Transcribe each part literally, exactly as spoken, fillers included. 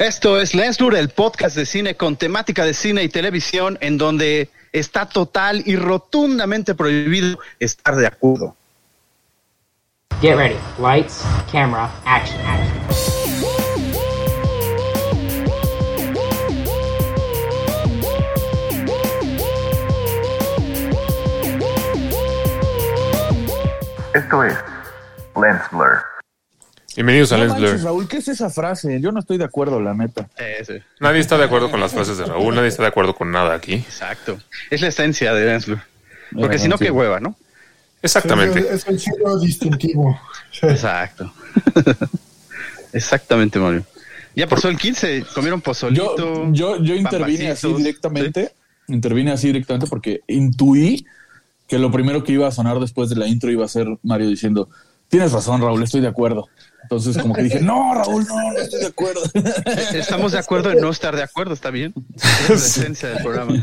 Esto es Lensblur, el podcast de cine con temática de cine y televisión, en donde está total y rotundamente prohibido estar de acuerdo. Get ready. Lights, camera, action, action. Esto es Lensblur. Bienvenidos a No Lensblur. manches, Raúl, ¿qué es esa frase? Yo no estoy de acuerdo, la neta. Eh, sí. Nadie está de acuerdo con las frases de Raúl, nadie está de acuerdo con nada aquí. Exacto. Es la esencia de Lensblur. Porque si no, qué hueva, ¿no? Exactamente. Es, es el signo distintivo. Sí. Exacto. Exactamente, Mario. Ya pasó el quince, comieron pozolito. Yo, yo, yo intervine así pampacitos. directamente. ¿Sí? Intervine así directamente porque intuí que lo primero que iba a sonar después de la intro iba a ser Mario diciendo: tienes razón, Raúl, estoy de acuerdo. Entonces como que dije, no, Raúl, no, no estoy de acuerdo. Estamos de acuerdo en no estar de acuerdo, está bien. Es la esencia del programa.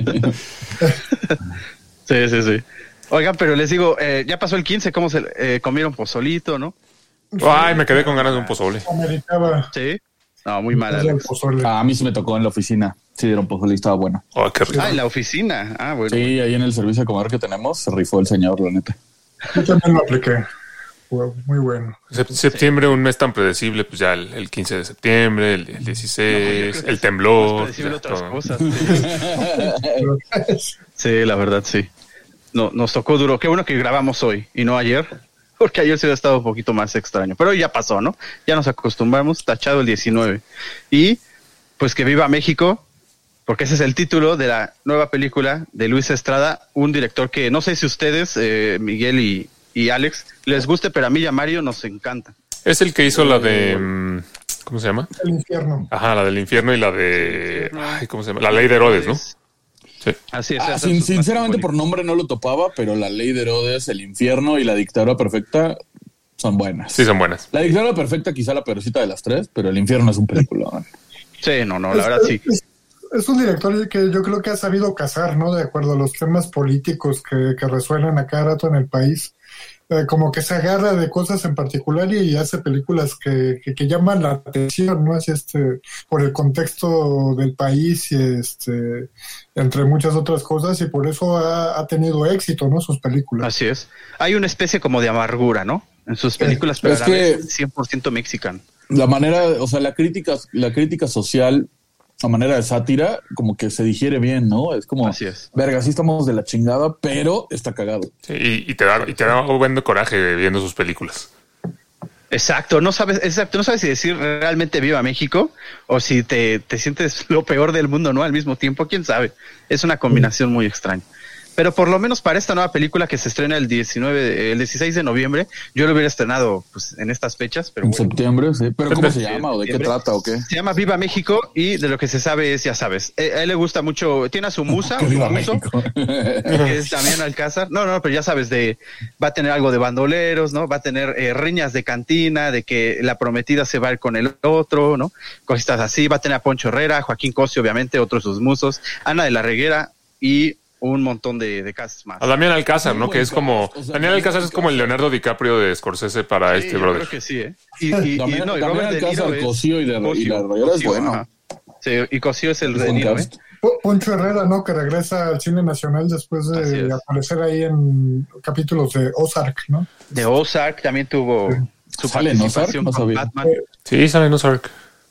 Sí, sí, sí. Oigan, pero les digo, eh, ya pasó el quince, ¿cómo se eh, comieron pozolito, no? Ay, me quedé con ganas de un pozole. Ameritaba. Sí. No, muy mal, el Alex. pozole. A mí sí me tocó en la oficina. Sí, dieron pozole y estaba bueno. Oh, qué rico. Ah, en la oficina. Ah, bueno. Sí, ahí en el servicio de comedor que tenemos se rifó el señor, la neta. Yo también lo apliqué. Fue muy bueno. Sep- septiembre, un mes tan predecible, pues ya el, el quince de septiembre, el, el dieciséis, el temblor. Más predecible ya otras todo. cosas. Sí. Sí, la verdad, sí. No, nos tocó duro. Qué bueno que grabamos hoy y no ayer, porque ayer sí hubiera estado un poquito más extraño. Pero hoy ya pasó, ¿no? Ya nos acostumbramos, tachado el diecinueve. Y pues que viva México, porque ese es el título de la nueva película de Luis Estrada, un director que no sé si ustedes, eh, Miguel y, y Alex, les guste, pero a mí y a Mario nos encanta. Es el que hizo la de... mm, ¿cómo se llama? El infierno. Ajá, la del infierno y la de... Ay, ¿cómo se llama? La ley de Herodes, ¿no? Sí. Así es. Ah, esas son sin- sus más sinceramente, por icónicas. nombre no lo topaba, pero la ley de Herodes, el infierno y la dictadura perfecta son buenas. Sí, son buenas. La dictadura perfecta quizá la peorcita de las tres, pero el infierno es un película. Sí, no, no, la verdad sí. Es, es un director que yo creo que ha sabido cazar, ¿no? De acuerdo a los temas políticos que, que resuenan a cada rato en el país. Eh, como que se agarra de cosas en particular y hace películas que, que, que llaman la atención, ¿no? Así este, por el contexto del país y este, entre muchas otras cosas, y por eso ha, ha tenido éxito, ¿no? Sus películas. Así es. Hay una especie como de amargura, ¿no? En sus películas, pero Es a la que- vez cien por ciento mexicano. La manera, o sea, la crítica, la crítica social a manera de sátira, como que se digiere bien, ¿no? Es como, Así es. verga, sí estamos de la chingada, pero está cagado. Sí, y, y te da, y te da un buen coraje viendo sus películas. Exacto, no sabes, exacto, no sabes si decir realmente viva México o si te, te sientes lo peor del mundo, ¿no? Al mismo tiempo, quién sabe. Es una combinación muy extraña. Pero por lo menos para esta nueva película que se estrena el diecinueve, el dieciséis de noviembre, yo lo hubiera estrenado pues en estas fechas, pero En bueno. septiembre, sí. ¿Pero cómo se Sí, llama o de qué septiembre. trata o qué? Se llama Viva México y de lo que se sabe es, ya sabes, eh, a él le gusta mucho, tiene a su musa, Que o su viva muso, México. que es Damián Alcázar. No, no, pero ya sabes, de va a tener algo de bandoleros, ¿no? Va a tener eh, riñas de cantina, de que la prometida se va a ir con el otro, ¿no? Cositas así. Va a tener a Poncho Herrera, Joaquín Cosio, obviamente, otros sus musos, Ana de la Reguera y un montón de, de casas más. A Damián Alcázar, ¿no? Muy Que es como... buen cast, o sea, Damián muy Alcázar buen es como el cast. Leonardo DiCaprio de Scorsese para Sí, este yo brother. creo que sí, ¿eh? Y, y, y, Damián- no, y Damián Robert De Alcázar, Niro es- Cosío y de- y la Cosio, Reguera es Cosio, bueno. ajá. Sí, y Cosío es el Es de buen Niro, ¿eh? cast. Po- Poncho Herrera, ¿no? Que regresa al cine nacional después Así de es. aparecer ahí en capítulos de Ozark, ¿no? De Ozark también tuvo su ¿Sale en Ozark? participación No con sabía. Batman. Sí, sale en Ozark.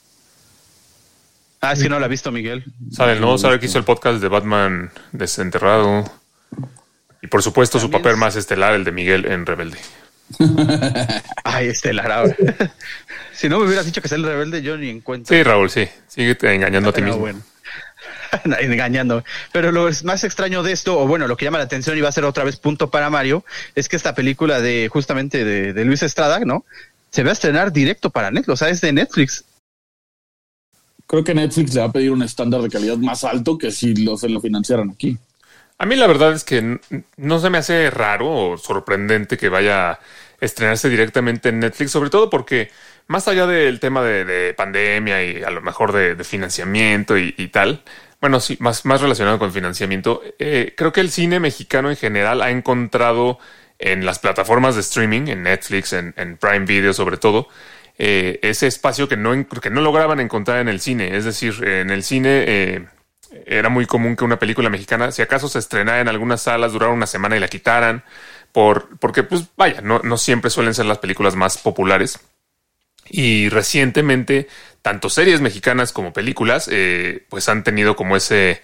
Ah, es que no la ha visto Miguel. Sale en Ozark, hizo el podcast de Batman Desenterrado. Y por supuesto su También papel es- más estelar, el de Miguel en Rebelde. Ay, Estelar ahora. Si no me hubieras dicho que es el rebelde, yo ni en cuenta. Sí, Raúl, sí. Síguete engañando a ti Pero mismo. bueno. Engañando. Pero lo es más extraño de esto, o bueno, lo que llama la atención y va a ser otra vez punto para Mario, es que esta película de justamente de, de Luis Estrada, ¿no? Se va a estrenar directo para Netflix, o sea, es de Netflix. Creo que Netflix le va a pedir un estándar de calidad más alto que si lo, se lo financiaran aquí. A mí la verdad es que n- no se me hace raro o sorprendente que vaya a estrenarse directamente en Netflix, sobre todo porque más allá del tema de, de pandemia y a lo mejor de, de financiamiento y, y tal, bueno, sí, más, más relacionado con financiamiento, eh, creo que el cine mexicano en general ha encontrado en las plataformas de streaming, en Netflix, en, en Prime Video sobre todo, eh, ese espacio que no, que no lograban encontrar en el cine. Es decir, en el cine eh, era muy común que una película mexicana, si acaso se estrenara en algunas salas, durara una semana y la quitaran, por, porque pues vaya, no, no siempre suelen ser las películas más populares. Y recientemente, tanto series mexicanas como películas, eh, pues han tenido como ese...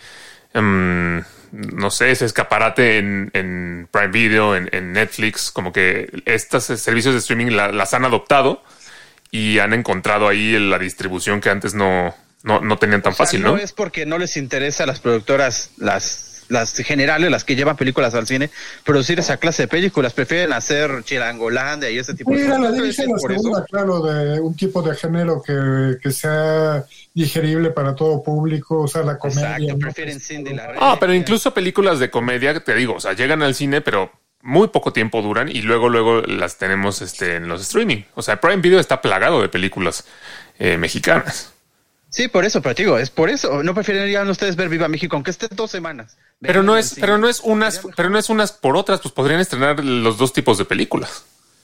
Um, no sé, ese escaparate en, en Prime Video, en, en Netflix, como que estos servicios de streaming la, las han adoptado y han encontrado ahí la distribución que antes no, no, no tenían tan o sea, fácil, no ¿no? No es porque no les interesa a las productoras, las, las generales, las que llevan películas al cine, producir esa clase de películas, prefieren hacer Chilangolandia y ese tipo Mira, de la cosas. división la segunda, claro, de un tipo de género que, que sea digerible para todo público, o sea, la comedia. Exacto, ¿no? prefieren Cindy la Ah, pero incluso películas de comedia, te digo, o sea, llegan al cine, pero muy poco tiempo duran y luego, luego las tenemos este, en los streaming. O sea, Prime Video está plagado de películas eh, mexicanas. Sí, por eso, pero te digo, es por eso. No preferirían ustedes ver Viva México, aunque esté dos semanas. Pero no es, pero no es unas, pero no es unas por otras, pues podrían estrenar los dos tipos de películas.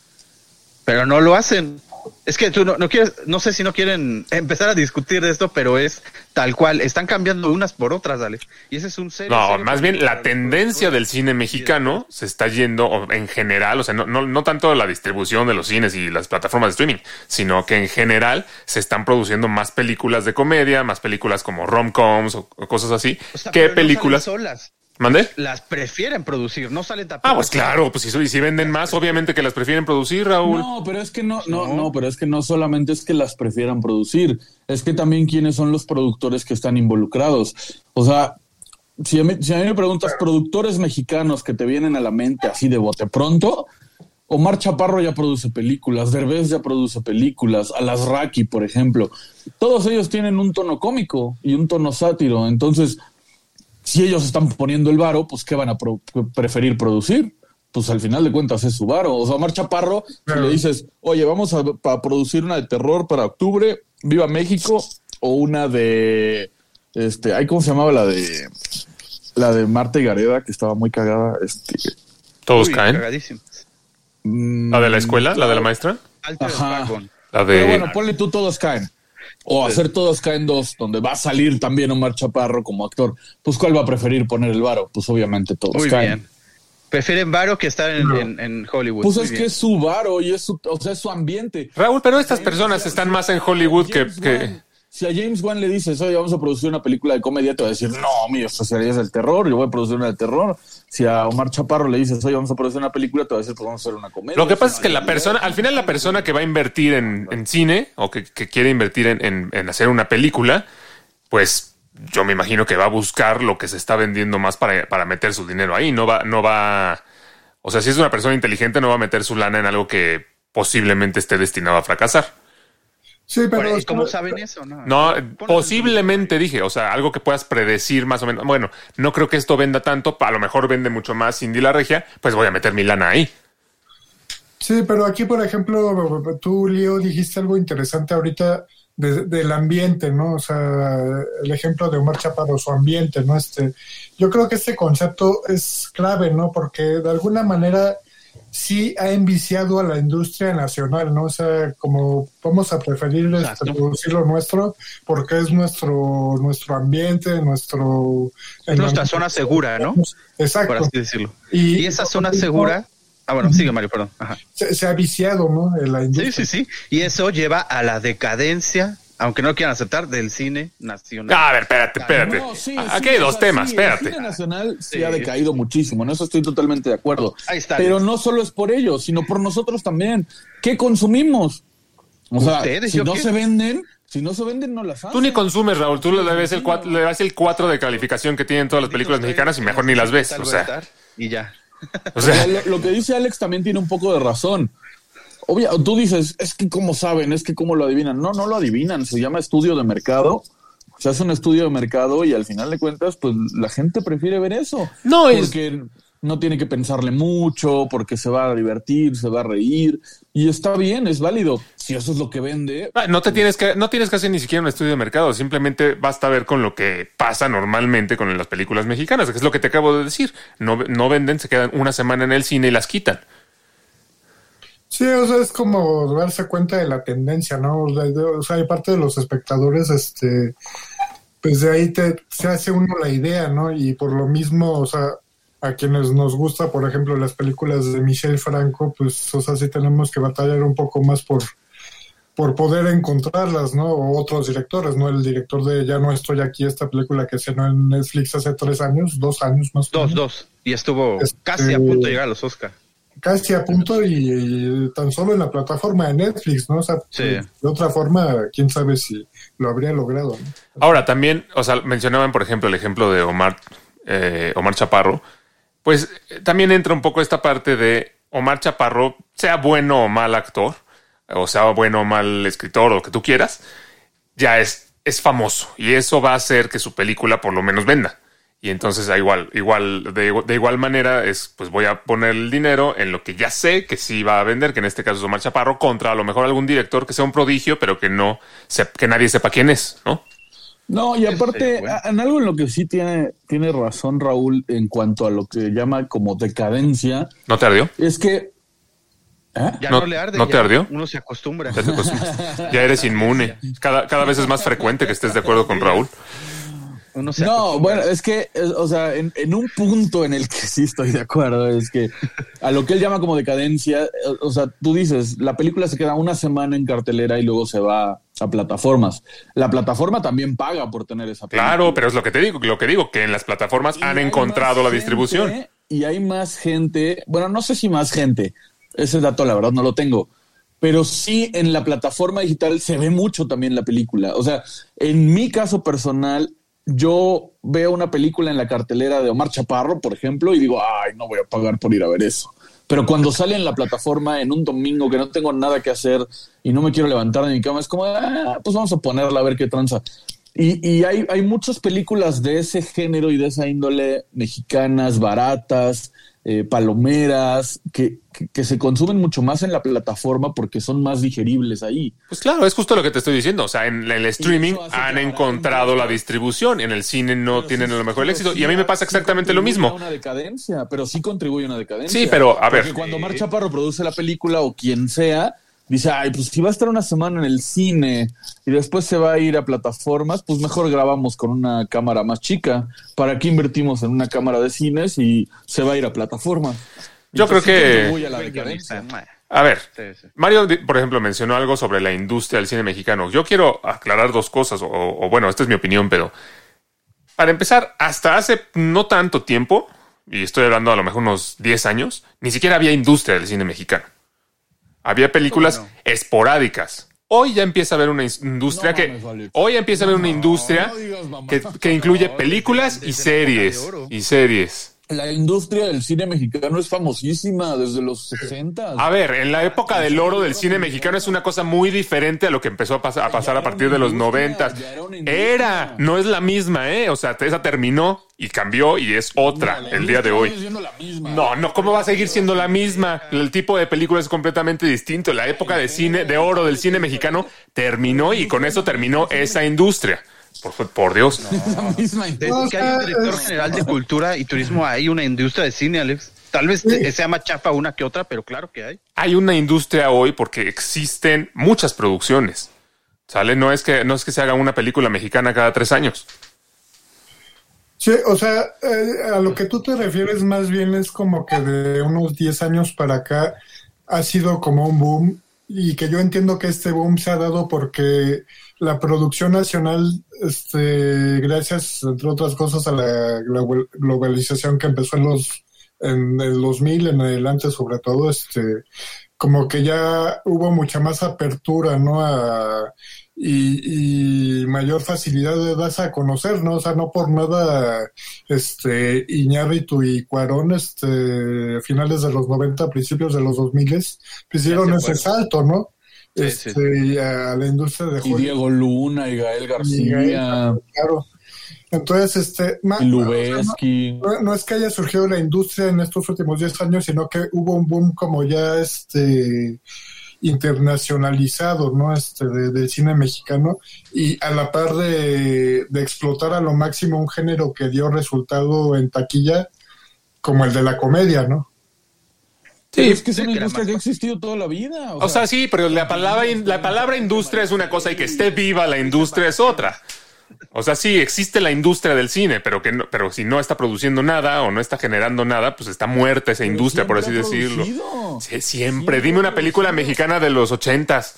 Pero no lo hacen. Es que tú no, no quieres, no sé si no quieren empezar a discutir de esto, pero es tal cual. Están cambiando unas por otras, dale. Y ese es un serio. No, serio más bien la para tendencia del cine mexicano se está yendo en general, o sea, no, no, no tanto la distribución de los cines y las plataformas de streaming, sino que en general se están produciendo más películas de comedia, más películas como rom-coms o, o cosas así, O sea, que pero no películas. salen solas. ¿Mandé? Las prefieren producir, no salen tampoco. Ah, pues claro, pues si, si venden más, obviamente que las prefieren producir, Raúl. No, pero es que no, no, no, pero es que no solamente es que las prefieran producir, es que también quiénes son los productores que están involucrados. O sea, si a mí, si a mí me preguntas productores mexicanos que te vienen a la mente así de bote pronto, Omar Chaparro ya produce películas, Derbez ya produce películas, Alasraqui, por ejemplo. Todos ellos tienen un tono cómico y un tono sátiro, entonces... Si ellos están poniendo el varo, pues ¿qué van a pro- preferir producir? Pues al final de cuentas es su varo. O sea, Omar Chaparro, si le dices, oye, vamos a, a producir una de terror para octubre, Viva México, o una de, este, ay, ¿cómo se llamaba la de, la de Marta y Gareda, que estaba muy cagada? Este, Todos Uy, caen. cagadísimos. ¿La de la escuela? ¿La de la maestra? Alter Ajá. Dragon. La de... Pero bueno, ponle tú Todos Caen. O hacer Todos Caen dos, donde va a salir también Omar Chaparro como actor. Pues ¿cuál va a preferir poner el varo? Pues obviamente Todos Muy Caen. bien. Prefieren varo que estar en, en, en Hollywood. Pues Muy es bien. que es su varo y es su, o sea, es su ambiente. Raúl, pero estas personas están más en Hollywood que... James que... Wan, si a James Wan le dices, oye, vamos a producir una película de comedia, te va a decir, no, mío, esto sería del terror, yo voy a producir una de terror. Si a Omar Chaparro le dices, oye, vamos a producir una película, te va a decir, pues vamos a hacer una comedia. Lo que pasa es que la persona, al final la persona que va a invertir en, en cine o que, que quiere invertir en, en, en hacer una película, pues yo me imagino que va a buscar lo que se está vendiendo más para, para meter su dinero ahí. No va, no va, o sea, si es una persona inteligente, no va a meter su lana en algo que posiblemente esté destinado a fracasar. Sí, pero... Por- ¿Cómo saben eso? No, No, Pones posiblemente dije, o sea, algo que puedas predecir más o menos. Bueno, no creo que esto venda tanto, a lo mejor vende mucho más Cindy la Regia, pues voy a meter mi lana ahí. Sí, pero aquí, por ejemplo, tú, Leo, dijiste algo interesante ahorita de- del ambiente, ¿no? O sea, el ejemplo de Omar Chaparro, su ambiente, ¿no? Este, yo creo que este concepto es clave, ¿no? Porque de alguna manera sí ha enviciado a la industria nacional, ¿no? O sea, como vamos a preferir este, Exacto. producir lo nuestro porque es nuestro nuestro ambiente, nuestro... Es nuestra zona segura, ¿no? Por Exacto. así decirlo. Y- Y, esa zona segura... Ah, bueno, sigue Mario, perdón. Ajá. Se, se ha viciado, ¿no? En la Sí, industria. sí, sí. Y eso lleva a la decadencia, aunque no quieran aceptar, del cine nacional. A ver, espérate, espérate. No, sí, Aquí sí, hay o dos sea, temas, sí, espérate. El cine nacional sí, Sí. ha decaído muchísimo, en eso estoy totalmente de acuerdo. Ahí está, Pero Alex. no solo es por ellos, sino por nosotros también. ¿Qué consumimos? O sea, ¿Ustedes? si ¿Yo no qué? se venden, si no se venden, no las hacen. Tú ni consumes, Raúl. Tú le das el cuatro, le das el cuatro de calificación que tienen todas las películas mexicanas y mejor ni las ves. O sea, Y ya. o sea, lo, lo que dice Alex también tiene un poco de razón. Obvio, tú dices, es que cómo saben, es que cómo lo adivinan. No, no lo adivinan, se llama estudio de mercado. Se hace un estudio de mercado y al final de cuentas, pues la gente prefiere ver eso. No, es- porque no tiene que pensarle mucho, porque se va a divertir, se va a reír. Y está bien, es válido. Si eso es lo que vende. no te tienes que, no tienes que hacer ni siquiera un estudio de mercado. Simplemente basta ver con lo que pasa normalmente con las películas mexicanas, que es lo que te acabo de decir. No, no venden, se quedan una semana en el cine y las quitan. Sí, o sea, es como darse cuenta de la tendencia, ¿no? O sea, de- o sea, hay parte de los espectadores, este, pues de ahí te, se hace uno la idea, ¿no? Y por lo mismo, o sea, a quienes nos gusta, por ejemplo, las películas de Michel Franco, pues, o sea, sí tenemos que batallar un poco más por, por poder encontrarlas, ¿no? O otros directores, ¿no? El director de Ya no estoy aquí, esta película que se estrenó en Netflix hace tres años, dos años más o Dos, menos. dos. Y estuvo Este- casi a punto de llegar a los Oscar. Casi a punto y, y tan solo en la plataforma de Netflix, ¿no? O sea, Sí. de otra forma, quién sabe si lo habría logrado, ¿no? Ahora, también, o sea, mencionaban, por ejemplo, el ejemplo de Omar, eh, Omar Chaparro. Pues eh, también entra un poco esta parte de Omar Chaparro, sea bueno o mal actor, o sea bueno o mal escritor, o lo que tú quieras, ya es, es famoso. Y eso va a hacer que su película por lo menos venda. Y entonces, da igual, igual, de, de igual manera, es pues voy a poner el dinero en lo que ya sé que sí va a vender, que en este caso es Omar Chaparro, contra a lo mejor algún director que sea un prodigio, pero que no se- que nadie sepa quién es, ¿no? No, y aparte, Sí, bueno. a- en algo en lo que sí tiene, tiene razón Raúl en cuanto a lo que llama como decadencia, ¿No te ardió? es que... ¿eh? Ya ¿No- no, le arde. no te ya ardió? Uno se acostumbra. Ya, te acostumbras. Ya eres inmune. Cada, cada vez es más frecuente que estés de acuerdo con Raúl. Uno se No, acostumbra. bueno, es que, es- o sea, en, en un punto en el que sí estoy de acuerdo, es que a lo que él llama como decadencia, eh, o sea, tú dices, la película se queda una semana en cartelera y luego se va a plataformas. La plataforma también paga por tener esa película. Claro, pero es lo que te digo, lo que digo, que en las plataformas Y han hay encontrado más la gente, distribución. Y hay más gente, bueno, no sé si más gente, ese dato la verdad no lo tengo, pero sí en la plataforma digital se ve mucho también la película. O sea, en mi caso personal, yo veo una película en la cartelera de Omar Chaparro, por ejemplo, y digo, ay, no voy a pagar por ir a ver eso. Pero cuando sale en la plataforma en un domingo que no tengo nada que hacer y no me quiero levantar de mi cama, es como, ah, pues vamos a ponerla a ver qué tranza. Y, y hay, hay muchas películas de ese género y de esa índole mexicanas, baratas, eh, palomeras, que, que, que se consumen mucho más en la plataforma porque son más digeribles ahí. Pues claro, es justo lo que te estoy diciendo. O sea, en el streaming eso hace han que la encontrado gente- la distribución. En el cine no Pero tienen sí- a lo mejor el pero éxito. sí Y a mí me pasa sí exactamente lo contribuye mismo. a una decadencia, pero sí contribuye a una decadencia. Sí, pero, a ver. Porque cuando Omar Chaparro produce la película o quien sea, dice, ay, pues si va a estar una semana en el cine y después se va a ir a plataformas, pues mejor grabamos con una cámara más chica. ¿Para qué invertimos en una cámara de cines y se va a ir a plataformas? Yo Entonces, creo sí que- contribuye a la Buen guionista, decadencia. mae. A ver, Sí, sí. Mario, di- por ejemplo, mencionó algo sobre la industria del cine mexicano. Yo quiero aclarar dos cosas, o, o bueno, esta es mi opinión, pero para empezar, hasta hace no tanto tiempo, y estoy hablando a lo mejor unos diez años, ni siquiera había industria del cine mexicano. Había películas ¿Cómo no? esporádicas. Hoy ya empieza a haber una is- industria No que... mames, Alex. Hoy ya empieza a haber una industria no digas mamá. que, que incluye No, películas desde- y desde la época de series. oro. Y series. La industria del cine mexicano es famosísima desde los sesenta. A ver, en la época del oro del cine mexicano es una cosa muy diferente a lo que empezó a, pas- a pasar a partir de los noventas. Era, no es la misma, ¿eh? O sea, esa terminó y cambió y es otra el día de hoy. No, no, ¿cómo va a seguir siendo la misma? El tipo de película es completamente distinto. La época de cine, de oro del cine mexicano terminó y con eso terminó esa industria. Por, por Dios. La misma Desde No, que hay un o sea, director es- general de cultura y turismo, hay una industria de cine, Alex. Tal vez te- sea más chafa una que otra, pero claro que hay. Hay una industria hoy porque existen muchas producciones. ¿Sale? No es que, no es que se haga una película mexicana cada tres años. Sí, o sea, eh, a lo que tú te refieres más bien es como que de unos diez años para acá ha sido como un boom y que yo entiendo que este boom se ha dado porque la producción nacional, este, gracias, entre otras cosas, a la glo- globalización que empezó en los en el dos mil en adelante sobre todo, este, como que ya hubo mucha más apertura, ¿no? A, y, y mayor facilidad de darse a conocer, ¿no? O sea, no por nada, este, Iñárritu y Cuarón, este, finales de los noventa, principios de los dos miles, hicieron Ya ese se fueron. salto, ¿no? Sí, este, sí. a la industria de Y Hollywood. Diego Luna, y Gael Y García, Gael, claro. Entonces, este, ma- y Lubeski. no, no es que haya surgido la industria en estos últimos diez años, sino que hubo un boom como ya este internacionalizado, ¿no? Este, de- del cine mexicano, y a la par de, de explotar a lo máximo un género que dio resultado en taquilla, como el de la comedia, ¿no? Sí, es que es una que era industria más que ha existido toda la vida. O sea, sí, pero la palabra, in- la palabra industria es una cosa y que esté viva la industria es otra. O sea, sí, existe la industria del cine, pero que no, pero si no está produciendo nada o no está generando nada, pues está muerta esa Pero industria, por así siempre ha decirlo. producido. Sí, siempre. Dime una película mexicana de los ochentas.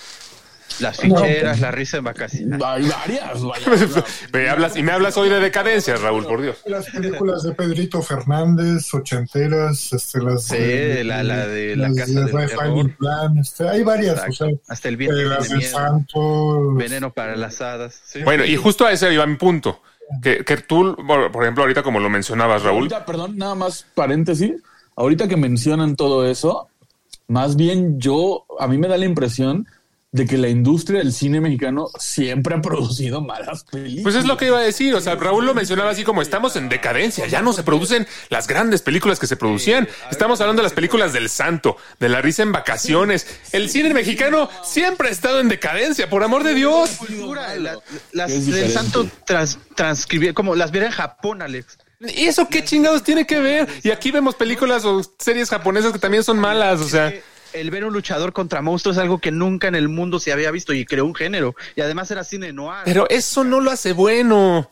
Las ficheras, la risa en vacaciones. Hay varias. vaya. Me hablas, y me hablas hoy de decadencia, Raúl, por Dios. Las películas de Pedrito Fernández, ochenteras, este, las Sí, la- la de La las Casa del Ray Terror. Fighting Plan, este, hay varias, Exacto. o sea, Hasta el eh, viento las tiene del miedo. Santo, Veneno para las hadas. Sí. Bueno, y justo a ese iba mi punto. Que, que tú, por por ejemplo, ahorita como lo mencionabas, Raúl, Ahorita, perdón, nada más paréntesis. Ahorita que mencionan todo eso, más bien yo, a mí me da la impresión de que la industria del cine mexicano siempre ha producido malas películas. pues es lo que iba a decir. O sea, Raúl lo mencionaba así como estamos en decadencia. Ya no se producen las grandes películas que se producían. Estamos hablando de las películas del Santo, de La Risa en Vacaciones. El cine mexicano siempre ha estado en decadencia, por amor de Dios. Cultura, la- las Es del diferente. santo trans, transcribir, como las viera en Japón, Alex. ¿Y eso qué chingados tiene que ver? Y aquí vemos películas o series japonesas que también son malas. O sea, El ver un luchador contra monstruos es algo que nunca en el mundo se había visto y creó un género. Y además era cine noir. pero eso no lo hace bueno.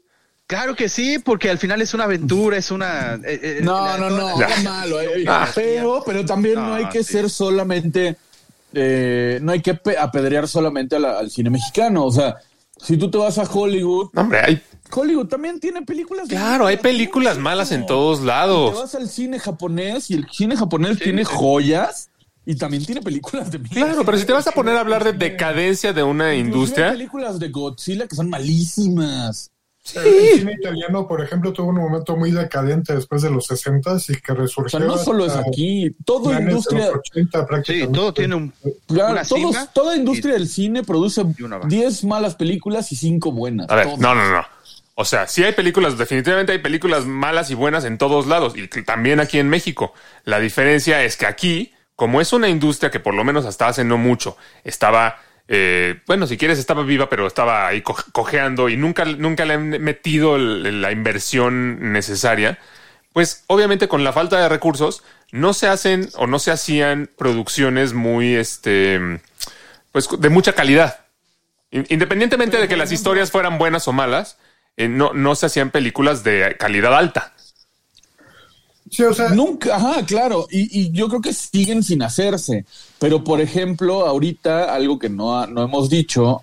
Claro que sí, porque al final es una aventura, es una... eh, eh, No, la- no, toda no, la- qué malo. eh. Ah. Pero, pero también no, No, hay que sí. ser solamente, eh, no hay que pe- apedrear solamente a la- al cine mexicano. O sea, si tú te vas a Hollywood, No, hombre, hay, Hollywood también tiene películas. claro, hay películas malas en todos Te lados. vas al cine japonés y el cine japonés tiene joyas y también tiene películas de mierda. Claro, pero si te vas a poner a hablar de decadencia de una Inclusive hay industria, películas de Godzilla que son malísimas. el cine italiano, por ejemplo, tuvo un momento muy decadente después de los sesentas y que O resurgió. sea, no solo es hasta aquí, toda finales de industria, los ochenta Sí, prácticamente. todo tiene un... claro, una todos- cima toda industria y- del cine produce y una baja. diez malas películas y cinco buenas. a ver, Todas. no, no, no. O sea, sí hay películas, definitivamente hay películas malas y buenas en todos lados y que también aquí en México. La diferencia es que aquí, como es una industria que por lo menos hasta hace no mucho estaba, eh, bueno, si quieres estaba viva, pero estaba ahí co- cojeando y nunca, nunca le han metido el- la inversión necesaria, pues obviamente con la falta de recursos no se hacen o no se hacían producciones muy, este, pues de mucha calidad. In- Independientemente de que las historias fueran buenas o malas, eh, no, no se hacían películas de calidad alta. Sí, o sea, Nunca, ajá, claro, y, y yo creo que siguen sin hacerse. Pero, por ejemplo, ahorita algo que no, ha- no hemos dicho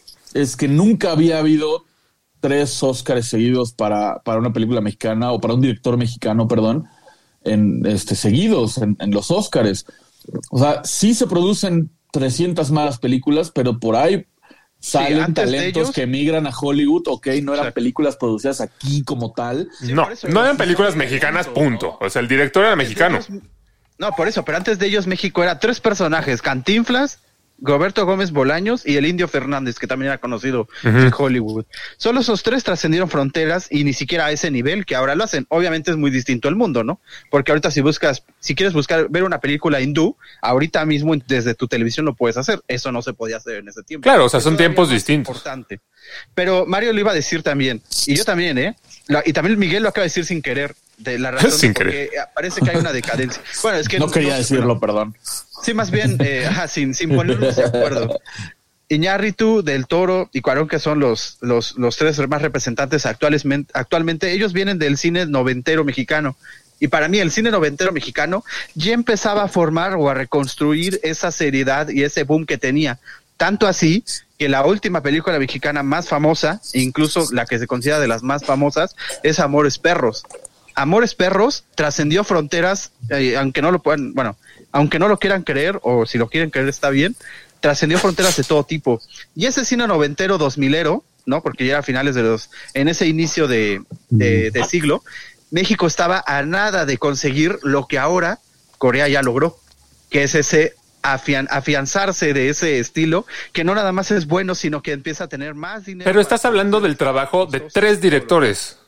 es que nunca había habido tres Óscares seguidos para, para una película mexicana o para un director mexicano, perdón, en este seguidos en, en los Óscares. O sea, sí se producen trescientas malas películas, pero por ahí salen antes de talentos ellos- que emigran a Hollywood, ok, no eran Exacto. películas producidas aquí como tal. Sí, no, por eso- no eran películas mexicanas, punto. O sea, el director era mexicano. No, por eso, pero antes de ellos México era tres personajes, Cantinflas, Roberto Gómez Bolaños y el Indio Fernández, que también era conocido en Hollywood. Solo esos tres trascendieron fronteras y ni siquiera a ese nivel que ahora lo hacen. Obviamente es muy distinto el mundo, ¿no? Porque ahorita si buscas, si quieres buscar, ver una película hindú, ahorita mismo desde tu televisión lo puedes hacer. Eso no se podía hacer en ese tiempo. Claro, o sea, Es son todavía tiempos más distintos. Importante. Pero Mario lo iba a decir también, y yo también, ¿eh? La- y también Miguel lo acaba de decir sin querer, de la razón Sin porque querer. parece que hay una decadencia. Bueno, es que No quería sé, decirlo, perdón. Sí, más bien, eh, ajá, sin, sin ponernos de acuerdo. Iñárritu, Del Toro y Cuarón, que son los, los, los tres más representantes actuales, actualmente, ellos vienen del cine noventero mexicano. Y para mí el cine noventero mexicano ya empezaba a formar o a reconstruir esa seriedad y ese boom que tenía. Tanto así que la última película mexicana más famosa, incluso la que se considera de las más famosas, es Amores Perros. Amores Perros trascendió fronteras, eh, aunque no lo puedan, bueno, aunque no lo quieran creer, o si lo quieren creer está bien, trascendió fronteras de todo tipo. Y ese cine noventero, dos milero, ¿no? Porque ya a finales de los, en ese inicio de, de, de siglo, México estaba a nada de conseguir lo que ahora Corea ya logró, que es ese afian, afianzarse de ese estilo, que no nada más es bueno, sino que empieza a tener más dinero. Pero estás hablando del trabajo de tres directores.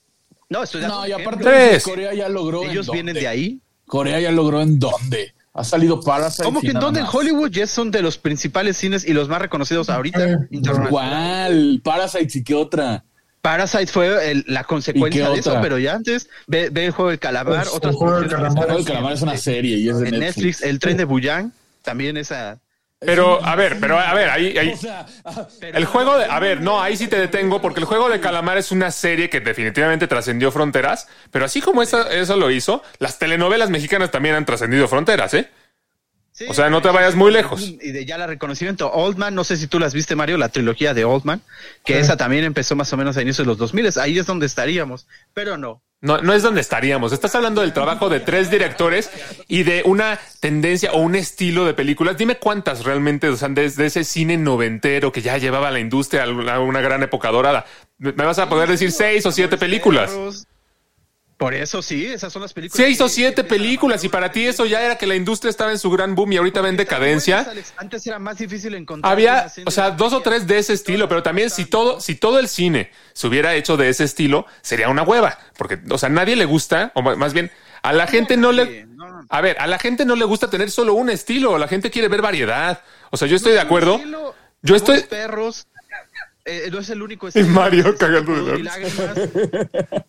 No, estoy dando No, un y ejemplo. aparte Tres. Corea ya logró. Ellos en vienen dónde. de ahí. Corea ya logró en dónde. Ha salido Parasite. ¿Cómo y que en nada dónde? En más. Hollywood ya son de los principales cines y los más reconocidos ahorita. Eh, internacionales. ¿Cuál? Parasite y qué otra. Parasite fue el- la ¿Y consecuencia qué de eso, otra? pero ya antes ve, ve el juego del calamar, Pues, otras el juego del producciones calamar. El calamar es una serie y es de en Netflix. Netflix, el tren de Busan, también esa. Pero, a ver, pero a ver, ahí, ahí O sea, el juego de, a ver, no, ahí sí te detengo porque el juego de calamar es una serie que definitivamente trascendió fronteras, pero así como esa, eso lo hizo, las telenovelas mexicanas también han trascendido fronteras, ¿eh? Sí, O sea, no te vayas muy lejos. Y de ya la reconocimiento. Old Man, no sé si tú las viste, Mario, la trilogía de Old Man, que Sí. esa también empezó más o menos a inicios de los dos mil. Ahí es donde estaríamos, pero no. No, no es donde estaríamos. Estás hablando del trabajo de tres directores y de una tendencia o un estilo de películas. Dime cuántas realmente, o sea, desde ese cine noventero que ya llevaba la industria a una, una gran época dorada. Me me vas a poder decir seis o siete películas. Perros. Por eso sí, esas son las películas. Seis que- o siete que empiezan a películas marcar y para una ti eso ya era que la industria estaba en su gran boom y ahorita va en Están decadencia. buenas, Alex. Antes era más difícil encontrar. Había, una serie o sea, de dos o tres de ese estilo, pero también si todo, si todo el cine se hubiera hecho de ese estilo, sería una hueva. Porque, o sea, nadie le gusta, o ma- más bien, a la gente no le. No, no. A ver, a la gente no le gusta tener solo un estilo, la gente quiere ver variedad. O sea, yo estoy de acuerdo. Estilo, Yo estoy. Amores Perros. Eh, no es el único Y estilo. Mario Es cagando de Fuego y risa. Lágrimas.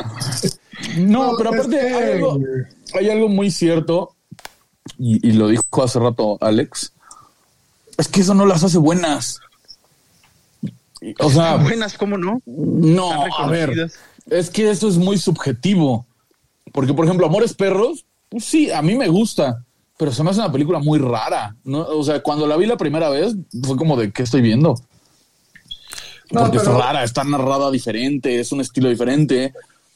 no, No, pero es aparte que- hay, algo, hay algo muy cierto, y, y lo dijo hace rato Alex, es que eso no las hace buenas. Y, O sea, Buenas, ¿cómo no? no, Están a ver, reconocidas. es que eso es muy subjetivo. Porque, por ejemplo, Amores Perros, pues sí, a mí me gusta, pero se me hace una película muy rara, ¿no? O sea, cuando la vi la primera vez, fue como de, ¿qué estoy viendo? No, Porque pero- es rara, está narrada diferente, es un estilo diferente.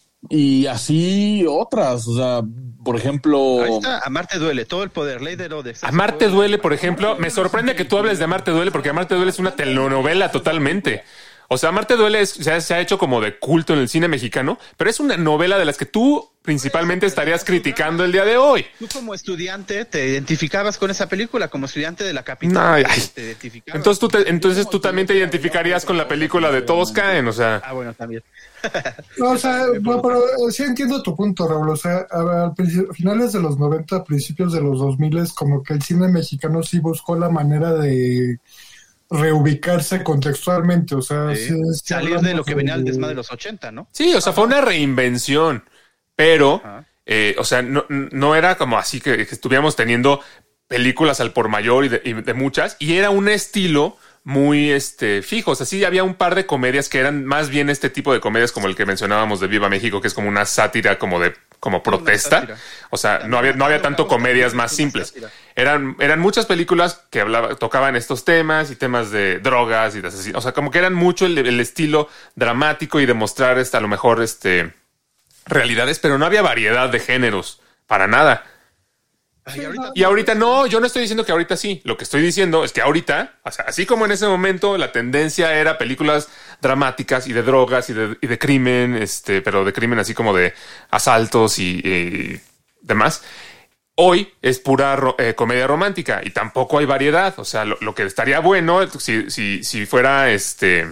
Y así otras, o sea, por ejemplo... Ahí está, Amarte duele, todo el poder, Ley de Herodes. Amarte duele, por ejemplo. Me sorprende que tú hables de Amarte duele porque Amarte duele es una telenovela totalmente. O sea, Amarte duele es- se, ha, se ha hecho como de culto en el cine mexicano, pero es una novela de las que tú principalmente estarías criticando el día de hoy. Tú como estudiante te identificabas con esa película, como estudiante de la capital. Ay, te- ay. te identificabas. Entonces tú, te- entonces tú también te identificarías con la película de Todos caen, o sea. Ah, bueno, también. No, o sea, no, pero eh, sí entiendo tu punto, Raúl. O sea, a, a princi- finales de los noventa, principios de los dos mil, como que el cine mexicano sí buscó la manera de reubicarse contextualmente. O sea, Sí. sí, es que Salir de hablamos lo que venía al de- desmadre de los ochenta, ¿no? Sí, o sea, fue una reinvención, pero, Ajá. eh, o sea, no, no era como así que, que estuviéramos teniendo películas al por mayor y de, y de muchas, y era un estilo muy este fijo. O sea, sí había un par de comedias que eran más bien este tipo de comedias como el que mencionábamos de Viva México, que es como una sátira como de como protesta. sátira. O sea, no había, no había tanto comedias más simples. Eran, eran muchas películas que hablaba, tocaban estos temas y temas de drogas y de asesinos. O sea, como que eran mucho el, el estilo dramático y de mostrar este, a lo mejor este, realidades, pero no había variedad de géneros para nada. Ay, ahorita- Y ahorita no, yo no estoy diciendo que ahorita sí. Lo que estoy diciendo es que ahorita, o sea, así como en ese momento la tendencia era películas dramáticas y de drogas y de, y de crimen, este, pero de crimen así como de asaltos y, y demás. Hoy es pura ro- eh, comedia romántica y tampoco hay variedad. O sea, lo, lo que estaría bueno si, si, si fuera este.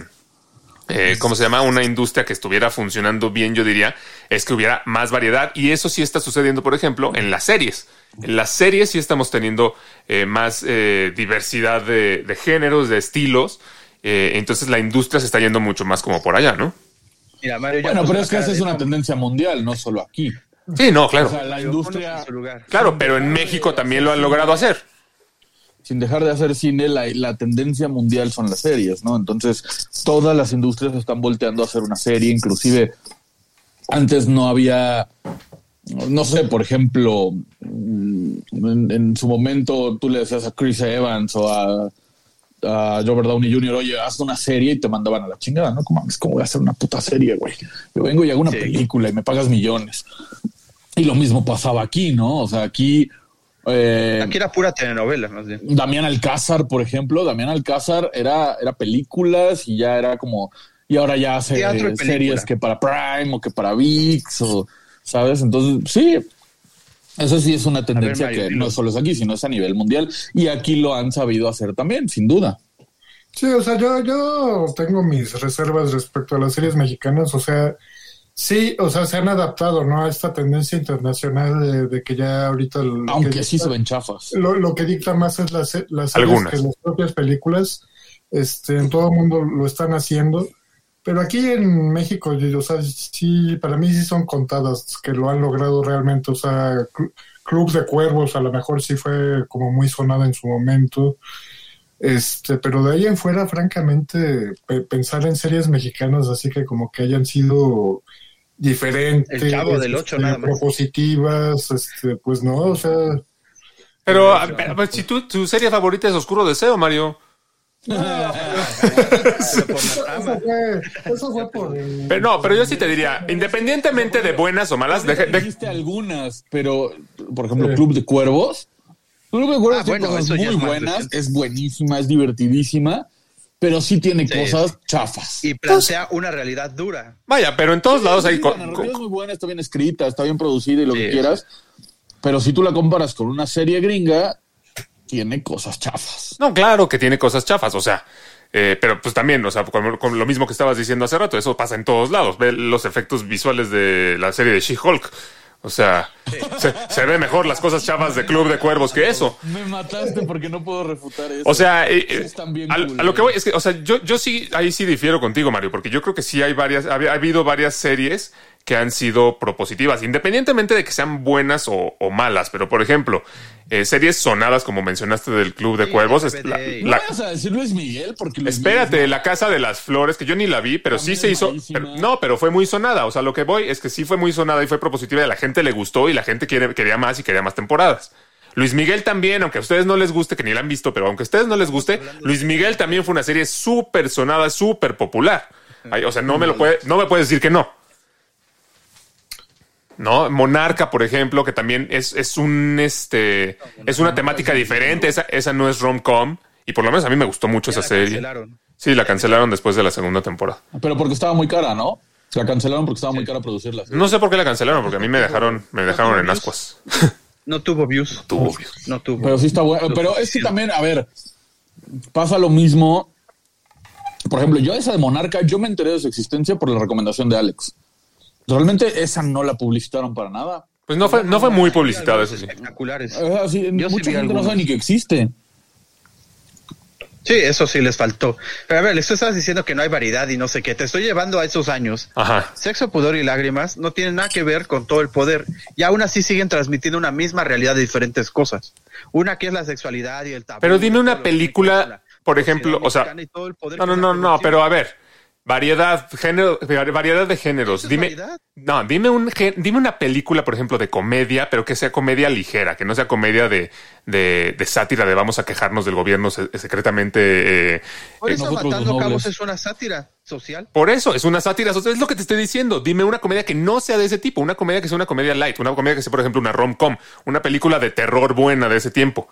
Eh, ¿Cómo se llama? Una industria que estuviera funcionando bien, yo diría, es que hubiera más variedad. Y eso sí está sucediendo, por ejemplo, en las series. En las series sí estamos teniendo eh, más eh, diversidad de, de géneros, de estilos. Eh, entonces la industria se está yendo mucho más como por allá, ¿no? Mira, Mario, ya Bueno, puso pero la es que cara esa es de una no. tendencia mundial, no solo aquí. Sí, no, claro. O sea, la Mario, industria, ponlos en su lugar. Claro, pero en México también lo han logrado hacer. sin dejar de hacer cine, la, la tendencia mundial son las series, ¿no? Entonces, todas las industrias están volteando a hacer una serie, inclusive antes no había, no sé, por ejemplo, en, en su momento tú le decías a Chris Evans o a, a Robert Downey junior, oye, haz una serie y te mandaban a la chingada, ¿no? ¿Cómo, ¿cómo voy a hacer una puta serie, güey? Yo vengo y hago una Sí. película y me pagas millones. Y lo mismo pasaba aquí, ¿no? O sea, aquí... Eh, Aquí era pura telenovela, más bien. Damián Alcázar, por ejemplo, Damián Alcázar era, era películas y ya era como, y ahora ya hace Teatro y series película. que para Prime o que para ViX o, ¿sabes? Entonces, sí, eso sí es una tendencia Mario, que dilo. no solo es aquí, sino es a nivel mundial y aquí lo han sabido hacer también, sin duda. Sí, o sea, yo, yo tengo mis reservas respecto a las series mexicanas, o sea, sí, o sea, se han adaptado, ¿no? A esta tendencia internacional de, de que ya ahorita... lo Aunque que sí dicta- se ven chafas. Lo, lo que dicta más es las, las series Algunas. que las propias películas. Este, en todo el mundo lo están haciendo. Pero aquí en México, o sea, sí, para mí sí son contadas que lo han logrado realmente. O sea, Cl- Club de Cuervos a lo mejor sí fue como muy sonada en su momento. Este, pero de ahí en fuera, francamente, pe- pensar en series mexicanas así que como que hayan sido diferentes, El Chavo del Ocho, este, nada más. propositivas, este, pues no, o sea, Pero, a- a- pues, si tu, tu serie favorita es Oscuro Deseo, Mario. Pero por la trama. eso fue, eso fue por el- Pero no, pero yo sí te diría, independientemente de buenas o malas, deje- de- Dijiste algunas, pero, por ejemplo, Sí. Club de Cuervos. Club de Cuervos Ah, tiene bueno, cosas eso ya muy es más buenas, reciente. es buenísima, es divertidísima, pero sí tiene Sí, cosas sí. chafas. Y plantea una realidad dura. vaya, pero en todos lados hay... Sí, co- la narrativa co- es muy buena, está bien escrita, está bien producida y lo Sí, que quieras, pero si tú la comparas con una serie gringa, tiene cosas chafas. No, claro que tiene cosas chafas, o sea, eh, pero pues también, o sea, con, con lo mismo que estabas diciendo hace rato, eso pasa en todos lados. Ve los efectos visuales de la serie de She-Hulk. O sea, se, se ve mejor las cosas chafas de Club de Cuervos que eso. Me mataste porque no puedo refutar eso. O sea, eh, Sí eh, están bien a, a culeros. lo que voy es que, o sea, yo, yo sí, ahí sí difiero contigo, Mario, porque yo creo que sí hay varias, ha, ha habido varias series que han sido propositivas, independientemente de que sean buenas o, o malas. Pero, por ejemplo, eh, series sonadas, como mencionaste del Club de Sí, Cuervos, R es B la- D. No la- vayas a decir Luis Miguel porque Luis espérate, Miguel La Casa de las Flores, que yo ni la vi, pero sí También se es hizo. malísima. pero- no, pero fue muy sonada. O sea, lo que voy es que sí fue muy sonada y fue propositiva y a la gente le gustó y la gente quiere, quería más y quería más temporadas. Luis Miguel también, aunque a ustedes no les guste, que ni la han visto, pero aunque a ustedes no les guste, Luis Miguel también fue una serie súper sonada, súper popular. Ay, o sea, no me lo puede, no me puedes decir que no. ¿No? Monarca, por ejemplo, que también es, es un este es una temática diferente. Esa, esa no es rom-com. Y por lo menos a mí me gustó mucho Ya esa la serie. cancelaron. Sí, la cancelaron después de la segunda temporada. Pero porque estaba muy cara, ¿no? La cancelaron porque estaba muy cara producirla. No sé por qué la cancelaron, porque a mí me dejaron, me dejaron en ascuas. No tuvo views. Tuvo. No tuvo. Pero sí está bueno. Pero es que también, a ver, pasa lo mismo. Por ejemplo, yo esa de Monarca, yo me enteré de su existencia por la recomendación de Alex. Realmente esa no la publicitaron para nada. Pues no fue, no fue muy publicitada, eso sí. Espectaculares. O sea, sí, Yo sí mucha vi gente no sabe algunos. ni que existe. Sí, eso sí les faltó. Pero a ver, les estás diciendo que no hay variedad y no sé qué. Te estoy llevando a esos años. Ajá. Sexo, pudor y lágrimas no tienen nada que ver con todo el poder. Y aún así siguen transmitiendo una misma realidad de diferentes cosas. Una que es la sexualidad y el tabú. Pero dime una todo lo que película, tiene con la por sociedad ejemplo, o sea, mexicana y todo el poder no, que no, se no, ha no, convertido. pero a ver, variedad, género, variedad de géneros. ¿Eso es Dime, variedad? no, dime un, gen- dime una película, por ejemplo, de comedia, pero que sea comedia ligera, que no sea comedia de, de, de sátira, de vamos a quejarnos del gobierno se- secretamente. eh, Por eh, eso nosotros Matando los Cabos nobles. es una sátira social. Por eso, es una sátira social, es lo que te estoy diciendo. Dime una comedia que no sea de ese tipo, una comedia que sea una comedia light, una comedia que sea, por ejemplo, una rom-com, una película de terror buena de ese tiempo.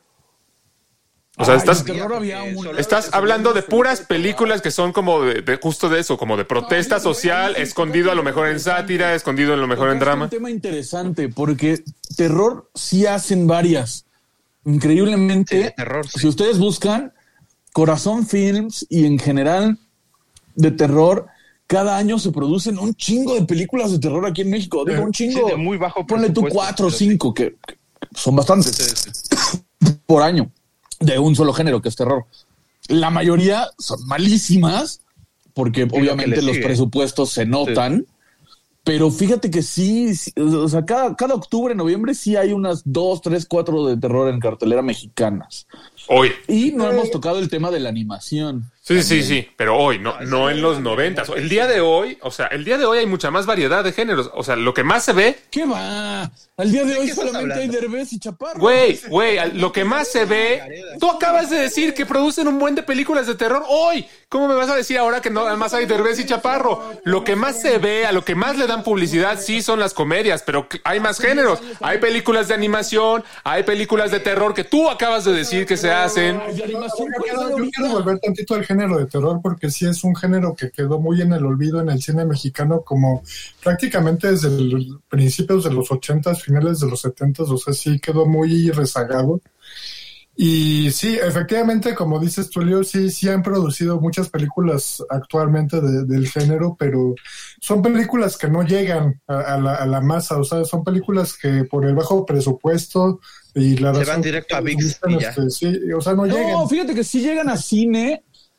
O sea, Ay, estás, de terror había Eh, un- solo- estás hablando de puras películas que son como de, de justo de eso, como de protesta No, no, no, social, no, no, escondido a lo no, mejor no, en no, sátira, escondido en lo mejor en Tocaste drama. un tema interesante porque terror sí hacen varias. Increíblemente, Sí, de terror, sí. si ustedes buscan Corazón Films y en general de terror, cada año se producen un chingo de películas de terror aquí en México. Digo, un chingo. Sí, de muy bajo Ponle tú presupuesto, cuatro o pero sí. cinco, que, que son bastantes Sí, sí. por año, de un solo género, que es terror. La mayoría son malísimas, porque lo que obviamente le los sigue. presupuestos se notan. Pero fíjate que sí, sí, o sea, cada, cada octubre, noviembre sí hay unas dos, tres, cuatro de terror en cartelera mexicanas. Hoy. Y no hemos tocado el tema de la animación. Sí, sí, sí, pero hoy, no, no en los noventas. El día de hoy, o sea, el día de hoy hay mucha más variedad de géneros. O sea, lo que más se ve, ¿Qué va? Al día de hoy qué estás solamente hay hablando? Derbez y Chaparro. güey, güey, al- lo que más se ve, tú acabas de decir que producen un buen de películas de terror hoy. ¿Cómo me vas a decir ahora que no, además hay Derbez y Chaparro? Lo que más se ve, a lo que más le dan publicidad, sí son las comedias, pero hay más géneros. Hay películas de animación, hay películas de terror que tú acabas de decir que se hacen. Ay, de animación, Yo ¿cuál quiero, es yo ahorita? quiero volver tantito al género de terror porque sí es un género que quedó muy en el olvido en el cine mexicano como prácticamente desde el principios de los ochentas, finales de los setentas, o sea, sí quedó muy rezagado. Y sí, efectivamente, como dices Tulio, sí, sí han producido muchas películas actualmente de- del género, pero son películas que no llegan a, a la, a la masa, o sea, son películas que por el bajo presupuesto y la Se razón van directo a que ViX utilizan, y ya. este, sí, o sea, no, llegan. No, fíjate que sí llegan a cine,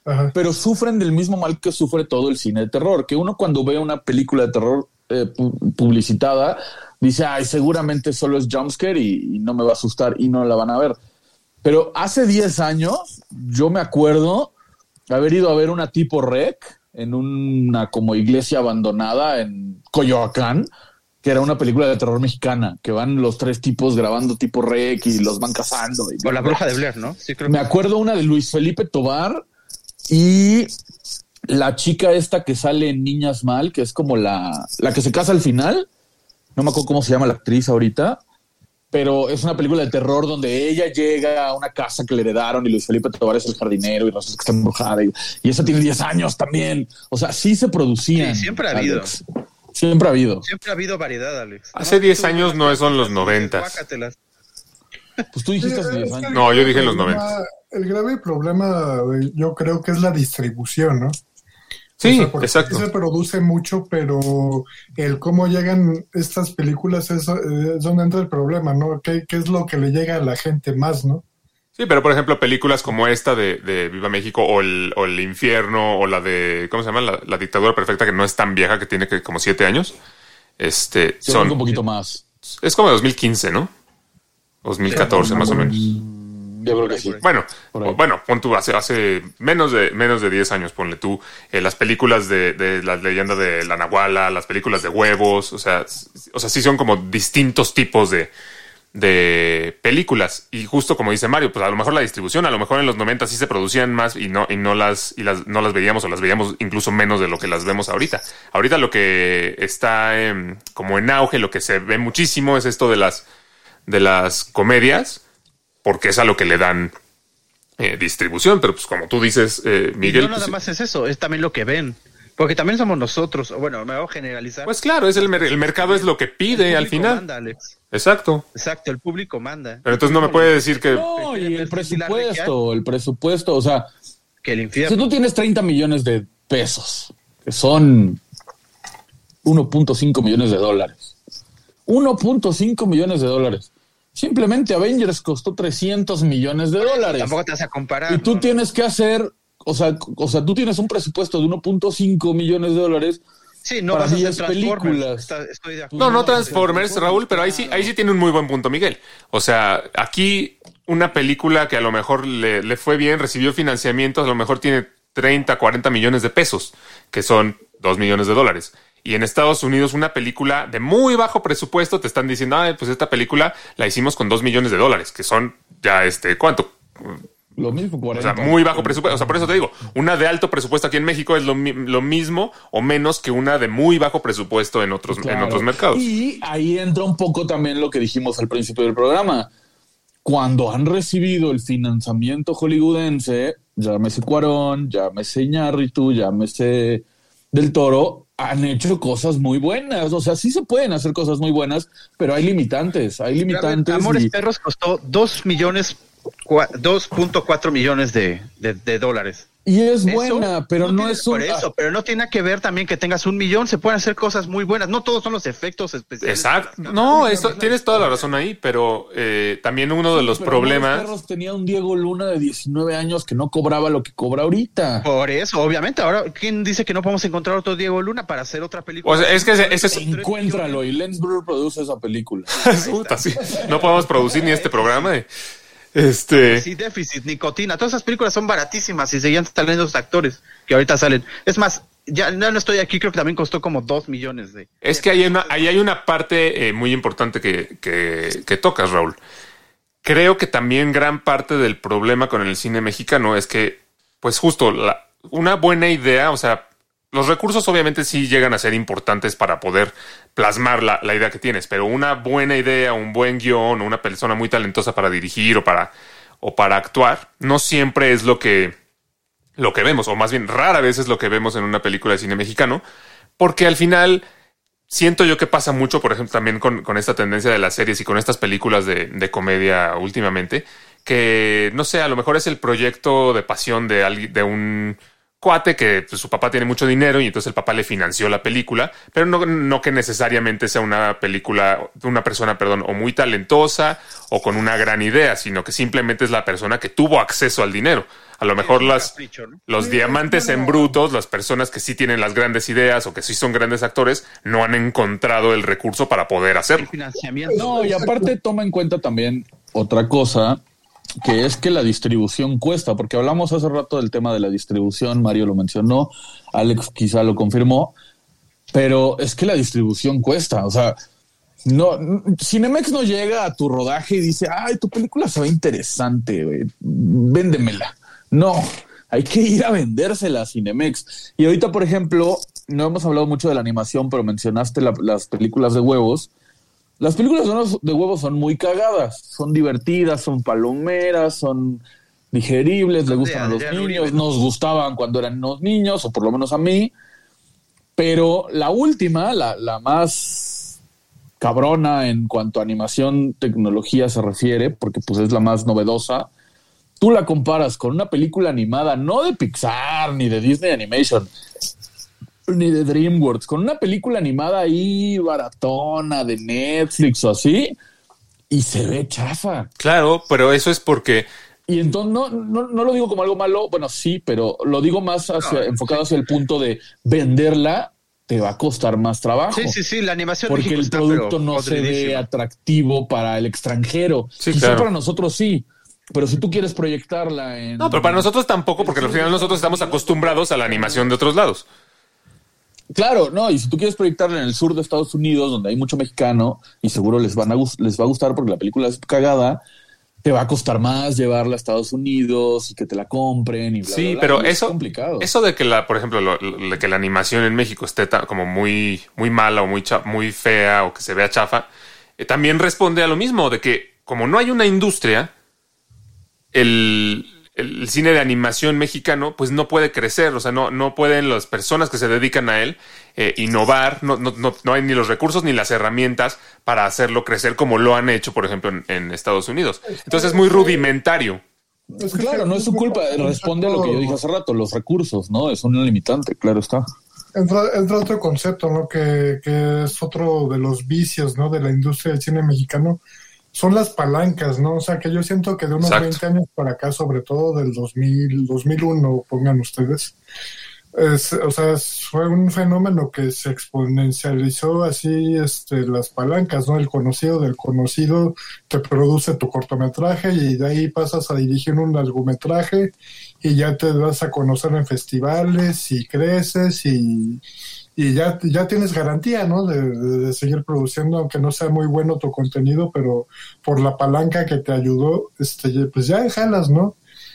Ajá. pero sufren del mismo mal que sufre todo el cine de terror, que uno cuando ve una película de terror eh, pu- publicitada dice, ay, seguramente solo es jumpscare y, y no me va a asustar y no la van a ver. Pero hace diez años yo me acuerdo haber ido a ver una tipo rec en una como iglesia abandonada en Coyoacán, que era una película de terror mexicana, que van los tres tipos grabando tipo rec y los van cazando. Y O La Bruja de Blair, ¿no? Sí, creo me que... acuerdo una de Luis Felipe Tobar y la chica esta que sale en Niñas Mal, que es como la, la que se casa al final. No me acuerdo cómo se llama la actriz ahorita, pero es una película de terror donde ella llega a una casa que le heredaron y Luis Felipe Tobar es el jardinero y resulta que está embrujada. Y, y esa tiene diez años también. O sea, sí se producían. Sí, siempre ha habido. Alex. Siempre ha habido. Siempre ha habido variedad, Alex. Hace diez años no son los noventas. Guácatelas. Pues tú dijiste hace Sí, diez es que años. el No, yo grave dije en los problema- noventas. El grave problema, eh, yo creo que es la distribución, ¿no? Sí, O sea, porque exacto. sí se produce mucho, pero el cómo llegan estas películas es, eh, es donde entra el problema, ¿no? ¿Qué, qué es lo que le llega a la gente más, no? Sí, pero por ejemplo, películas como esta de, de Viva México o el, o el Infierno o la de, ¿cómo se llama? La, la Dictadura Perfecta, que no es tan vieja, que tiene que como siete años. Este, Yo creo que un son, poquito más. es como de dos mil quince, ¿no? dos mil catorce, más o menos. Yo creo que sí. Bueno, Por ahí. o- bueno, pon tú, hace, hace menos de menos de diez años, ponle tú, eh, las películas de, de las leyendas de la Nahuala, las películas de huevos, o sea, s- o sea, sí son como distintos tipos de, de películas. Y justo como dice Mario, pues a lo mejor la distribución, a lo mejor en los noventa sí se producían más y no, y no las, y las, no las veíamos o las veíamos incluso menos de lo que las vemos ahorita. Ahorita lo que está em, como en auge, lo que se ve muchísimo es esto de las, de las comedias, porque es a lo que le dan eh, distribución, pero pues como tú dices, eh, Miguel, y no pues, nada más es eso, es también lo que ven. Porque también somos nosotros, o bueno, me voy a generalizar. pues claro, es el, mer- el mercado es lo que pide El al público final. manda, Alex. Exacto. Exacto, el público manda. Pero entonces no me puede decir que... No, y el presupuesto, el presupuesto, o sea, Que el si infierno. tú tienes treinta millones de pesos, que son uno punto cinco millones de dólares, uno punto cinco millones de dólares. Simplemente Avengers costó trescientos millones de dólares. Tampoco te vas a comparar. Y tú ¿no? tienes que hacer, o sea, o sea, tú tienes un presupuesto de uno punto cinco millones de dólares. Sí, no para vas a hacer diez Transformers. películas. Está- estoy de No, acuerdo. no Transformers, Raúl, pero ahí sí, ahí sí tiene un muy buen punto, Miguel. O sea, aquí una película que a lo mejor le, le fue bien, recibió financiamientos, a lo mejor tiene treinta, cuarenta millones de pesos, que son dos millones de dólares. Y en Estados Unidos una película de muy bajo presupuesto te están diciendo, ah, pues esta película la hicimos con dos millones de dólares, que son ya este, ¿cuánto? Lo mismo, O cuarenta. sea, muy bajo presupuesto. O sea, por eso te digo, una de alto presupuesto aquí en México es lo, mi- lo mismo o menos que una de muy bajo presupuesto en otros, en Claro. otros mercados. Y ahí entra un poco también lo que dijimos al principio del programa. Cuando han recibido el financiamiento hollywoodense, llámese Cuarón, llámese Iñárritu, llámese Del Toro, han hecho cosas muy buenas. O sea, sí se pueden hacer cosas muy buenas, pero hay limitantes, hay limitantes. Amores y- Perros costó dos millones, dos punto cuatro millones de, de, de dólares. Y es Eso buena, pero no, tiene- es un... por eso, pero no tiene que ver también que tengas un millón, se pueden hacer cosas muy buenas, no todos son los efectos especiales. Exacto. No, esto, tienes toda la razón ahí, pero eh, también uno de los Pero Amores problemas... Perros tenía un Diego Luna de diecinueve años que no cobraba lo que cobra ahorita. Por eso, obviamente, ahora, ¿quién dice que no podemos encontrar otro Diego Luna para hacer otra película? O sea, es que ese, ese es... Encuéntralo y Lens Brewer produce esa película. Puta, sí. No podemos producir ni este programa. eh. Este... Sí, déficit, nicotina, todas esas películas son baratísimas y seguían saliendo los actores que ahorita salen. Es más, ya, ya no estoy aquí, creo que también costó como dos millones de... Es que hay una, ahí hay una parte eh, muy importante que, que, que tocas, Raúl. Creo que también gran parte del problema con el cine mexicano es que, pues justo, la, una buena idea, o sea, los recursos obviamente sí llegan a ser importantes para poder plasmar la, la idea que tienes, pero una buena idea, un buen guión o una persona muy talentosa para dirigir o para, o para actuar, no siempre es lo que, lo que vemos, o más bien rara vez es lo que vemos en una película de cine mexicano, porque al final... Siento yo que pasa mucho, por ejemplo, también con, con esta tendencia de las series y con estas películas de, de comedia últimamente, que, no sé, a lo mejor es el proyecto de pasión de, alguien, de un cuate que pues, su papá tiene mucho dinero y entonces el papá le financió la película, pero no, no que necesariamente sea una película, una persona, perdón, o muy talentosa o con una gran idea, sino que simplemente es la persona que tuvo acceso al dinero. A lo mejor las, capricho, ¿no? los Sí, diamantes bueno. en brutos, las personas que sí tienen las grandes ideas o que sí son grandes actores, no han encontrado el recurso para poder El hacerlo. financiamiento. No, y aparte toma en cuenta también otra cosa, que es que la distribución cuesta, porque hablamos hace rato del tema de la distribución, Mario lo mencionó, Alex quizá lo confirmó, pero es que la distribución cuesta, o sea, no, Cinemex no llega a tu rodaje y dice, ay, tu película se ve interesante, güey, véndemela. No, hay que ir a vendérsela a Cinemex. Y ahorita, por ejemplo, no hemos hablado mucho de la animación, pero mencionaste la, las películas de huevos. Las películas de huevos son muy cagadas, son divertidas, son palomeras, son digeribles, le gustan a los niños, nos gustaban cuando eran los niños, o por lo menos a mí. Pero la última, la, la más cabrona en cuanto a animación, tecnología se refiere, porque pues es la más novedosa, tú la comparas con una película animada, no de Pixar, ni de Disney Animation, ni de DreamWorks, con una película animada ahí baratona de Netflix o así, y se ve chafa. Claro, pero eso es porque... Y entonces no, no, no lo digo como algo malo, bueno, sí, pero lo digo más hacia, No, enfocado hacia el punto de venderla, te va a costar más trabajo. Sí, sí, sí, la animación Porque México el está, producto pero no se ve podridísima. atractivo para el extranjero. Sí, Quizá claro. para nosotros sí, pero si tú quieres proyectarla en... No, pero para nosotros tampoco, porque al final nosotros estamos acostumbrados a la animación de otros lados. Claro, no, y si tú quieres proyectarla en el sur de Estados Unidos, donde hay mucho mexicano, y seguro les, van a, gus- les va a gustar porque la película es cagada, te va a costar más llevarla a Estados Unidos y que te la compren y bla, Sí, bla, bla, pero y es eso, complicado. eso de que la, por ejemplo, lo, lo- de que la animación en México esté ta- como muy, muy mala o muy, cha- muy fea o que se vea chafa, eh, también responde a lo mismo, de que como no hay una industria, el, el cine de animación mexicano pues no puede crecer, o sea, no, no pueden las personas que se dedican a él eh, innovar, no, no, no, no hay ni los recursos ni las herramientas para hacerlo crecer como lo han hecho, por ejemplo, en, en Estados Unidos. Entonces es muy rudimentario. Es que Claro, se- no es su culpa, responde a lo que yo dije hace rato, los recursos, ¿no? Es un limitante, claro está. Entra, entra otro concepto, ¿no? Que, que es otro de los vicios, ¿no? De la industria del cine mexicano. Son las palancas, ¿no? O sea, que yo siento que de unos Exacto. veinte años para acá, sobre todo del dos mil, dos mil uno, pongan ustedes, es, o sea, es- fue un fenómeno que se exponencializó así, este, las palancas, ¿no? El conocido del conocido te produce tu cortometraje y de ahí pasas a dirigir un largometraje y ya te vas a conocer en festivales y creces y, y ya, ya tienes garantía, ¿no? De, de, de seguir produciendo, aunque no sea muy bueno tu contenido, pero por la palanca que te ayudó, este, pues ya jalas, ¿no?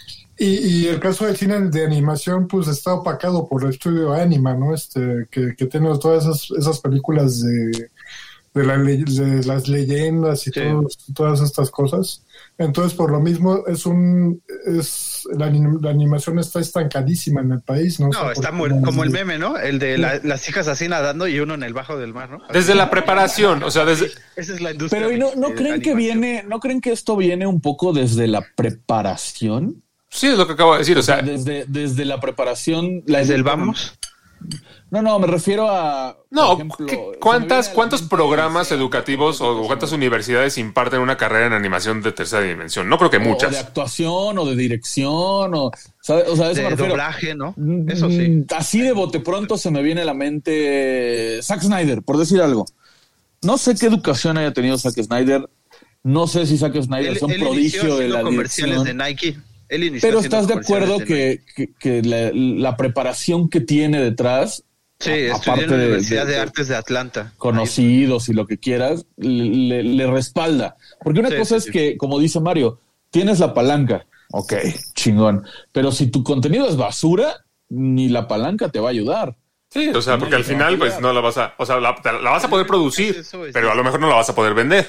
Y, y el caso del cine de animación, pues está opacado por el estudio Anima, ¿no? Este, que, que tiene todas esas, esas películas de, de, la le- de las leyendas y Sí. todos- todas estas cosas. Entonces, por lo mismo, es un, es, la, anim- la animación está estancadísima en el país, ¿no? O sea, No, está porque muy, como el meme, ¿no? El de la- las hijas así nadando y uno en el bajo del mar, ¿no? Desde la preparación, o sea, desde... Esa es la industria. Pero ¿y no, no de creen que animación. viene, no creen que esto viene un poco desde la preparación? Sí, es lo que acabo de decir, o sea... desde, desde la preparación, la Desde el vamos. No, no, me refiero a. No, por ejemplo, ¿qué- se me viene ¿cuántas, a la ¿cuántos mente programas el- educativos o cuántas universidades imparten una carrera en animación de tercera dimensión? No creo que O de muchas. actuación o de dirección o, ¿sabe? O sea, a eso me De refiero. doblaje, ¿no? Eso sí. Mm, Así de bote pronto se me viene a la mente Zack Snyder, por decir algo. No sé qué educación haya tenido Zack Snyder. No sé si Zack Snyder Él, es un él prodigio inició de haciendo la comerciales dirección. de Nike. Él inició Pero haciendo estás de comerciales acuerdo de que, que, que la, la preparación que tiene detrás, Sí, a- estudió aparte en la de- Universidad de, de- Artes de Atlanta. conocidos y lo que quieras, le, le respalda. Porque una Sí, cosa sí, es sí. que, como dice Mario, tienes la palanca. Ok, chingón. Pero si tu contenido es basura, ni la palanca te va a ayudar. Sí, o sea, porque al final pues no la vas a... O sea, la, la vas a poder producir, pero a lo mejor no la vas a poder vender.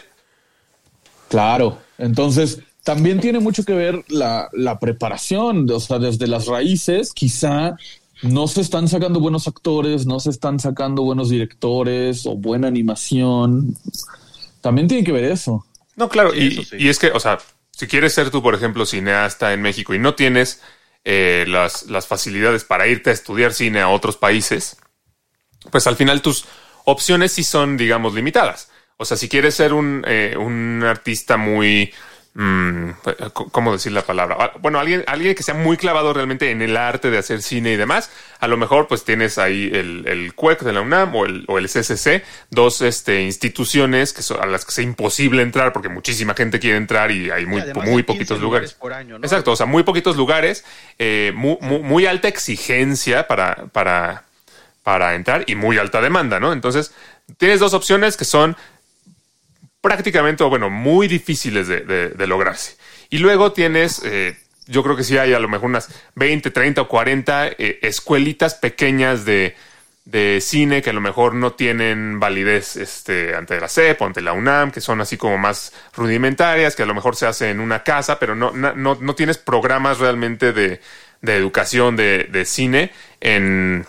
Claro. Entonces, también tiene mucho que ver la, la preparación. O sea, desde las raíces, quizá no se están sacando buenos actores, no se están sacando buenos directores o buena animación. También tiene que ver eso. No, claro, Sí, y, eso sí. y es que, o sea, si quieres ser tú, por ejemplo, cineasta en México y no tienes eh, las, las facilidades para irte a estudiar cine a otros países, pues al final tus opciones sí son, digamos, limitadas. O sea, si quieres ser un, eh, un artista muy Mm, ¿cómo decir la palabra? Bueno, alguien, alguien que sea muy clavado realmente en el arte de hacer cine y demás. A lo mejor pues tienes ahí el, el C U E C de la UNAM o el, o el C C C, dos este, instituciones que son, a las que es imposible entrar porque muchísima gente quiere entrar y hay muy, y muy poquitos lugares. Por año, ¿no? Exacto, o sea, muy poquitos lugares, eh, muy, muy, muy alta exigencia para, para, para entrar y muy alta demanda, ¿no? Entonces, tienes dos opciones que son prácticamente, o bueno, muy difíciles de, de, de lograrse. Y luego tienes, eh, yo creo que sí hay a lo mejor unas veinte, treinta o cuarenta eh, escuelitas pequeñas de, de cine que a lo mejor no tienen validez este, ante la C E P o ante la UNAM, que son así como más rudimentarias, que a lo mejor se hace en una casa, pero no, no, no tienes programas realmente de, de educación de, de cine en,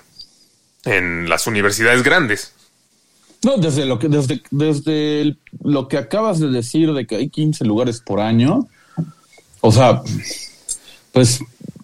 en las universidades grandes. No, desde lo que desde desde el, lo que acabas de decir de que hay quince lugares por año, o sea, pues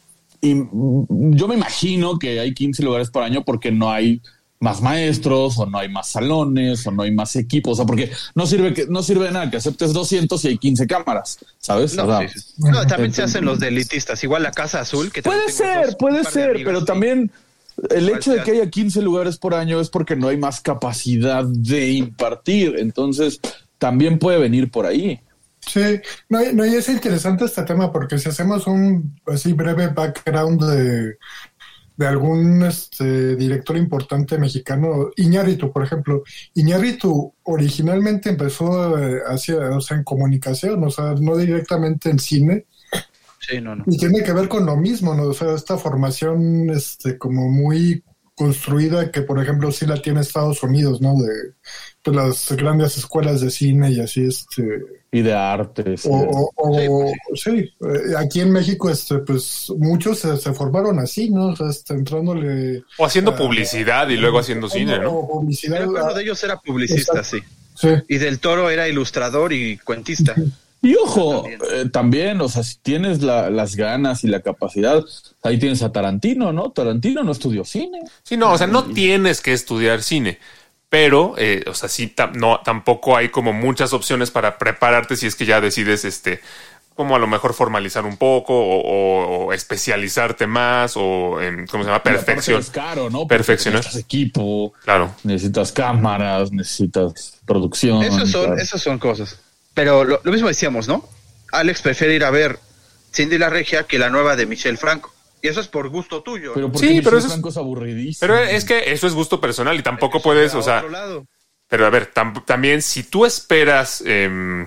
y, yo me imagino que hay quince lugares por año porque no hay más maestros o no hay más salones o no hay más equipos, o sea, porque no sirve que no sirve de nada que aceptes doscientos y hay quince cámaras, ¿sabes? No, o sea, sí, sí. No, también entonces, se hacen los de elitistas, igual la Casa Azul que puede ser, dos, puede ser, amigos, pero sí. También el hecho de que haya quince lugares por año es porque no hay más capacidad de impartir. Entonces, también puede venir por ahí. Sí, no, no, y es interesante este tema porque si hacemos un así breve background de, de algún este, director importante mexicano, Iñárritu, por ejemplo. Iñárritu originalmente empezó eh, hacia, o sea, en comunicación, o sea, no directamente en cine. Sí, no, no. Y tiene que ver con lo mismo, ¿no? O sea, esta formación este, como muy construida que, por ejemplo, sí la tiene Estados Unidos, ¿no? De, de las grandes escuelas de cine y así, este... Y de arte. Sí. O, o, o, sí, pues, sí. Aquí en México, este, pues, muchos se, se formaron así, ¿no? O sea, este, entrándole... O haciendo a, publicidad y luego haciendo cine, ¿no? O publicidad. Pero uno de ellos era publicista, sí. sí. Y Del Toro era ilustrador y cuentista. Y ojo, también, eh, también o sea, si tienes la, las ganas y la capacidad, ahí tienes a Tarantino, ¿no? Tarantino no estudió cine. Sí, no, o sea, no tienes que estudiar cine, pero, eh, o sea, sí, tam, no, tampoco hay como muchas opciones para prepararte si es que ya decides, este, como a lo mejor formalizar un poco o, o, o especializarte más o, en, ¿cómo se llama? Perfección. Es caro, ¿no? Perfeccionar. Necesitas equipo, claro. Necesitas cámaras, necesitas producción. Esas son, claro. esas son cosas. Pero lo, lo mismo decíamos, ¿no? Alex prefiere ir a ver Cindy la Regia que la nueva de Michel Franco. Y eso es por gusto tuyo. Pero porque sí, Michel pero eso Franco es, es aburridísimo. Pero es que eso es gusto personal y tampoco puedes, o sea... Pero a ver, tam, también si tú esperas eh,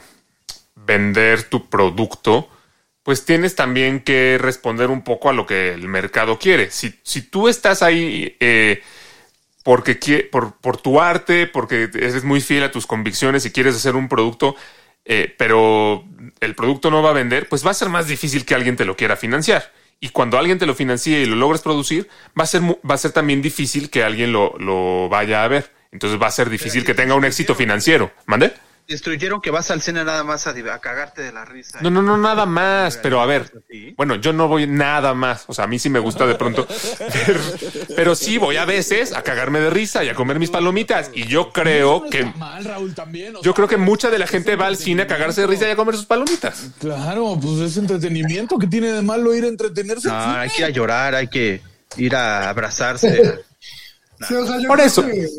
vender tu producto, pues tienes también que responder un poco a lo que el mercado quiere. Si, si tú estás ahí... Eh, porque por, por tu arte, porque eres muy fiel a tus convicciones y quieres hacer un producto... Eh, pero el producto no va a vender, pues va a ser más difícil que alguien te lo quiera financiar. Y cuando alguien te lo financie y lo logres producir, va a ser, va a ser también difícil que alguien lo, lo vaya a ver. Entonces va a ser difícil que tenga un éxito financiero. ¿Mande? Instruyeron que vas al cine nada más a, a cagarte de la risa. No, no, no, nada más. Pero a ver, bueno, yo no voy nada más. O sea, a mí sí me gusta de pronto. Pero, pero sí voy a veces a cagarme de risa y a comer mis palomitas. Y yo creo que... mal, Raúl, también. Yo creo que mucha de la gente va al cine a cagarse de risa y a comer sus palomitas. Claro, pues es entretenimiento. ¿Qué tiene de malo ir a entretenerse? No, hay que ir a llorar, hay que ir a abrazarse. Sí, o sea, yo Por creo eso. Que, eh,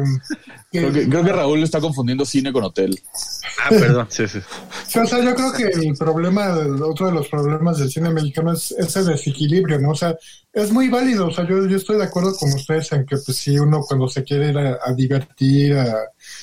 que, creo, que, creo que Raúl está confundiendo cine con hotel. Ah, perdón. Sí, sí. Sí, o sea, yo creo que el problema, otro de los problemas del cine mexicano es ese desequilibrio, ¿no? O sea, es muy válido. O sea, yo, yo estoy de acuerdo con ustedes en que, pues, si uno cuando se quiere ir a, a divertir, a,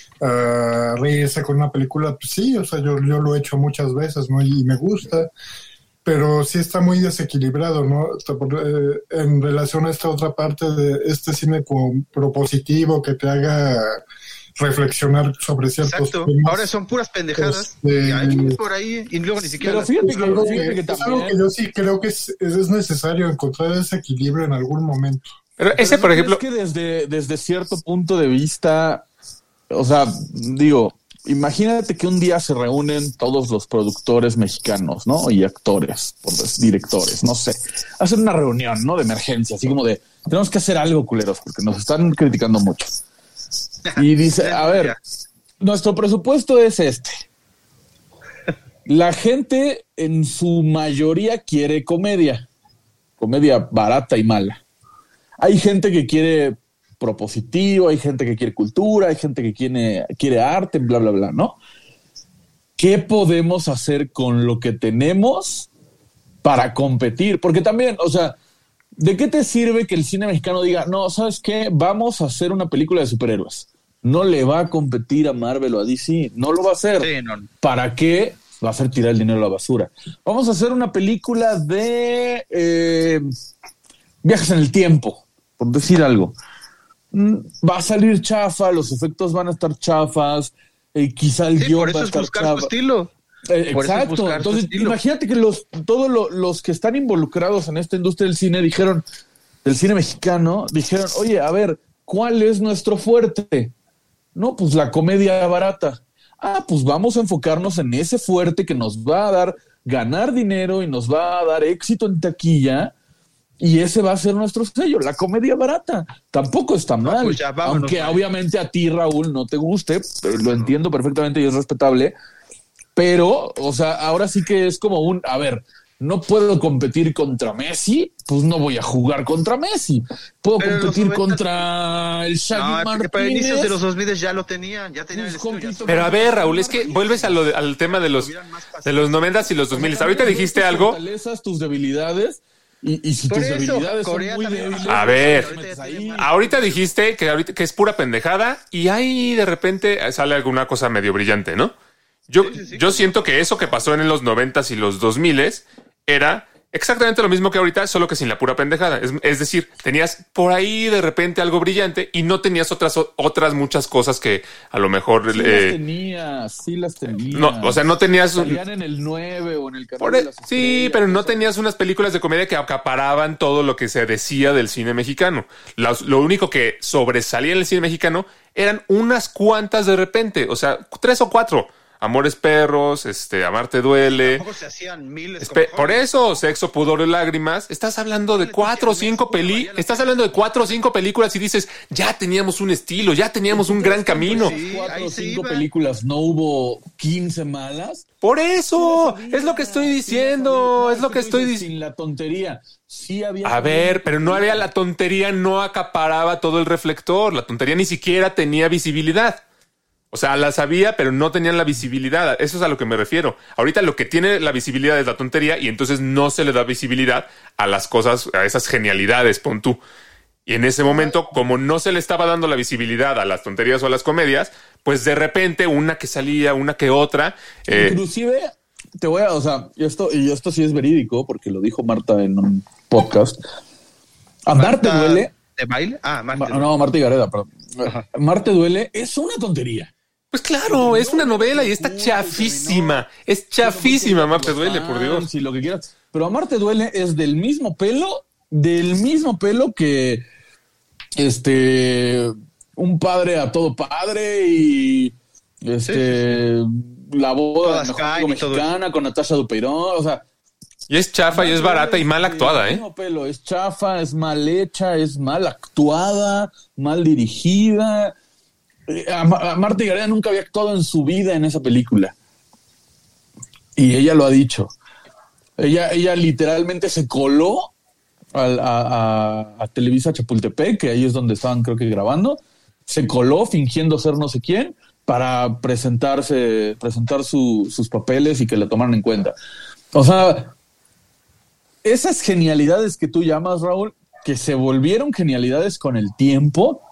a reírse con una película, pues sí, o sea, yo, yo lo he hecho muchas veces, ¿no? Y, y me gusta. Pero sí está muy desequilibrado, ¿no? En relación a esta otra parte de este cine como propositivo que te haga reflexionar sobre ciertos Exacto. temas. Ahora son puras pendejadas. Este, y hay por ahí y luego ni siquiera... Pero fíjate es que, algo, fíjate que, que es también... algo que yo sí creo que es, es necesario encontrar ese equilibrio en algún momento. Pero ese, por ejemplo... Es que desde, desde cierto punto de vista, o sea, digo... Imagínate que un día se reúnen todos los productores mexicanos, ¿no? Y actores, por directores, no sé. Hacen una reunión, ¿no? De emergencia, así como de, tenemos que hacer algo, culeros, porque nos están criticando mucho. Y dice, a ver, nuestro presupuesto es este. La gente en su mayoría quiere comedia, comedia barata y mala. Hay gente que quiere propositivo, hay gente que quiere cultura, hay gente que quiere, quiere arte, bla, bla, bla, ¿no? ¿Qué podemos hacer con lo que tenemos para competir? Porque también, o sea, ¿de qué te sirve que el cine mexicano diga, no, ¿sabes qué? Vamos a hacer una película de superhéroes? No le va a competir a Marvel o a D C, no lo va a hacer. Sí, no. ¿Para qué? Va a hacer tirar el dinero a la basura. Vamos a hacer una película de eh, viajes en el tiempo, por decir algo. Va a salir chafa, los efectos van a estar chafas, eh, quizá el sí, guión por eso va a es estar buscar chafa. su estilo. Eh, Por eso es exacto. buscar su Entonces, estilo. imagínate que los, todos lo, los que están involucrados en esta industria del cine dijeron, del cine mexicano, dijeron, oye, a ver, ¿cuál es nuestro fuerte? No, pues la comedia barata. Ah, pues vamos a enfocarnos en ese fuerte que nos va a dar ganar dinero y nos va a dar éxito en taquilla, y ese va a ser nuestro sello, la comedia barata. Tampoco está mal, No, pues ya, vámonos, aunque vale. obviamente a ti, Raúl, no te guste, pero lo entiendo perfectamente y es respetable, pero, o sea, ahora sí que es como un, a ver, no puedo competir contra Messi, pues no voy a jugar contra Messi. Puedo Pero en los competir noventas contra el Shaggy No, Martínez. para inicios de los dos mil ya lo tenían, ya tenían el Pues, estilo. ya compito- Pero a ver, Raúl, es que vuelves a lo de- al tema de los de los noventas y los dos miles. Ahorita dijiste tus algo. fortalezas, tus debilidades, y, y si Por tus eso, debilidades Corea son muy también- débiles, A ver. pues, metes ahí. Ahorita dijiste que ahorita que es pura pendejada y ahí de repente sale alguna cosa medio brillante, ¿no? Yo, Sí, sí, sí. yo siento que eso que pasó en los noventas y los dos miles era exactamente lo mismo que ahorita, solo que sin la pura pendejada. Es, es decir, tenías por ahí de repente algo brillante y no tenías otras otras muchas cosas que a lo mejor Sí eh, las tenías, sí las tenías. no, o sea, no tenías un- Salían en el nueve o en el canal Por de e- las sí, estrellas, pero no o sea, tenías unas películas de comedia que acaparaban todo lo que se decía del cine mexicano. Las- lo único que sobresalía en el cine mexicano eran unas cuantas de repente, o sea, tres o cuatro. Amores Perros, este, Amarte Duele. Tampoco se hacían miles. Espe- como por jóvenes. eso, Sexo, Pudor y Lágrimas. Estás hablando de cuatro o cinco peli, estás hablando de cuatro o cinco películas y dices, ya teníamos un estilo, ya teníamos un gran camino. Sí, cuatro ahí o se cinco iba. películas, no hubo quince malas. Por eso, Sí las había, es lo que estoy sí las diciendo, había. es lo No, que tú estoy dices, diciendo. Sin la tontería. Sí había. A ver, pero no había la tontería, no acaparaba todo el reflector. La tontería ni siquiera tenía visibilidad. O sea, las había, pero no tenían la visibilidad. Eso es a lo que me refiero. Ahorita lo que tiene la visibilidad es la tontería y entonces no se le da visibilidad a las cosas, a esas genialidades, pon tú. Y en ese momento, como no se le estaba dando la visibilidad a las tonterías o a las comedias, pues de repente una que salía, una que otra. eh, Inclusive, te voy a, o sea, y esto, y esto sí es verídico, porque lo dijo Marta en un podcast. Amarte Marta duele. ¿De baile? Ah, Marta. Ma- No, Marta y Gareda, perdón. Ajá. Marte duele es una tontería. pues claro, es una novela y está chafísima. Es chafísima, Marte Duele, por Dios. Si lo que quieras. Pero Amarte duele es del mismo pelo, del mismo pelo que este un padre a todo padre y este la boda Todas de mejor caen amigo y todo mexicana con Natasha Dupeirón, o sea, Y es chafa y es barata y mal actuada, el ¿eh? mismo pelo, es chafa, es mal hecha, es mal actuada, mal dirigida. Eh, A, Ma- a Marta Gareda nunca había actuado en su vida en esa película. Y ella lo ha dicho. Ella, ella literalmente se coló al- a, a- a Televisa Chapultepec, que ahí es donde estaban creo que grabando. Se coló fingiendo ser no sé quién para presentarse, presentar su- sus papeles y que la tomaran en cuenta. O sea, esas genialidades que tú llamas, Raúl, que se volvieron genialidades con el tiempo,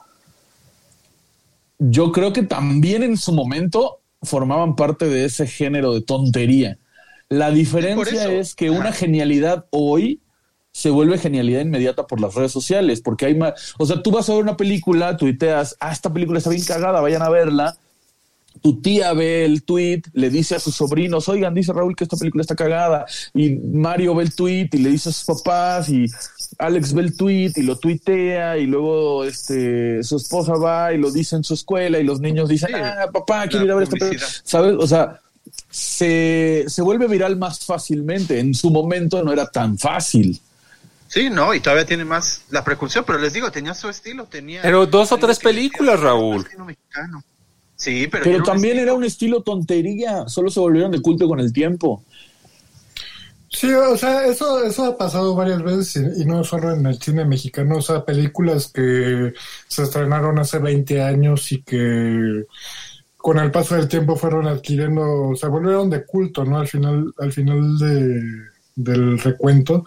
yo creo que también en su momento formaban parte de ese género de tontería. La diferencia eso. es que una genialidad hoy se vuelve genialidad inmediata por las redes sociales, porque hay más, o sea, tú vas a ver una película, tuiteas, ah, esta película está bien cagada, vayan a verla. Tu tía ve el tweet, le dice a sus sobrinos, oigan, dice Raúl que esta película está cagada, y Mario ve el tweet y le dice a sus papás, y Alex ve el tweet y lo tuitea, y luego este su esposa va y lo dice en su escuela, y los niños dicen, Sí, ah, papá, quiero la ir a ver esta película, publicidad. ¿sabes? O sea, se, se vuelve viral más fácilmente. En su momento no era tan fácil. Sí, no, y todavía tiene más la precursor, pero les digo, tenía su estilo, tenía... Pero dos o algo tres que decía, películas, Raúl. estilo mexicano. Sí, pero, Pero era un también estilo. era un estilo tontería, solo se volvieron de culto con el tiempo. Sí, o sea, eso, eso ha pasado varias veces y, y no solo en el cine mexicano, o sea, películas que se estrenaron hace veinte años y que con el paso del tiempo fueron adquiriendo, se volvieron de culto, ¿no? Al final, al final de, del recuento.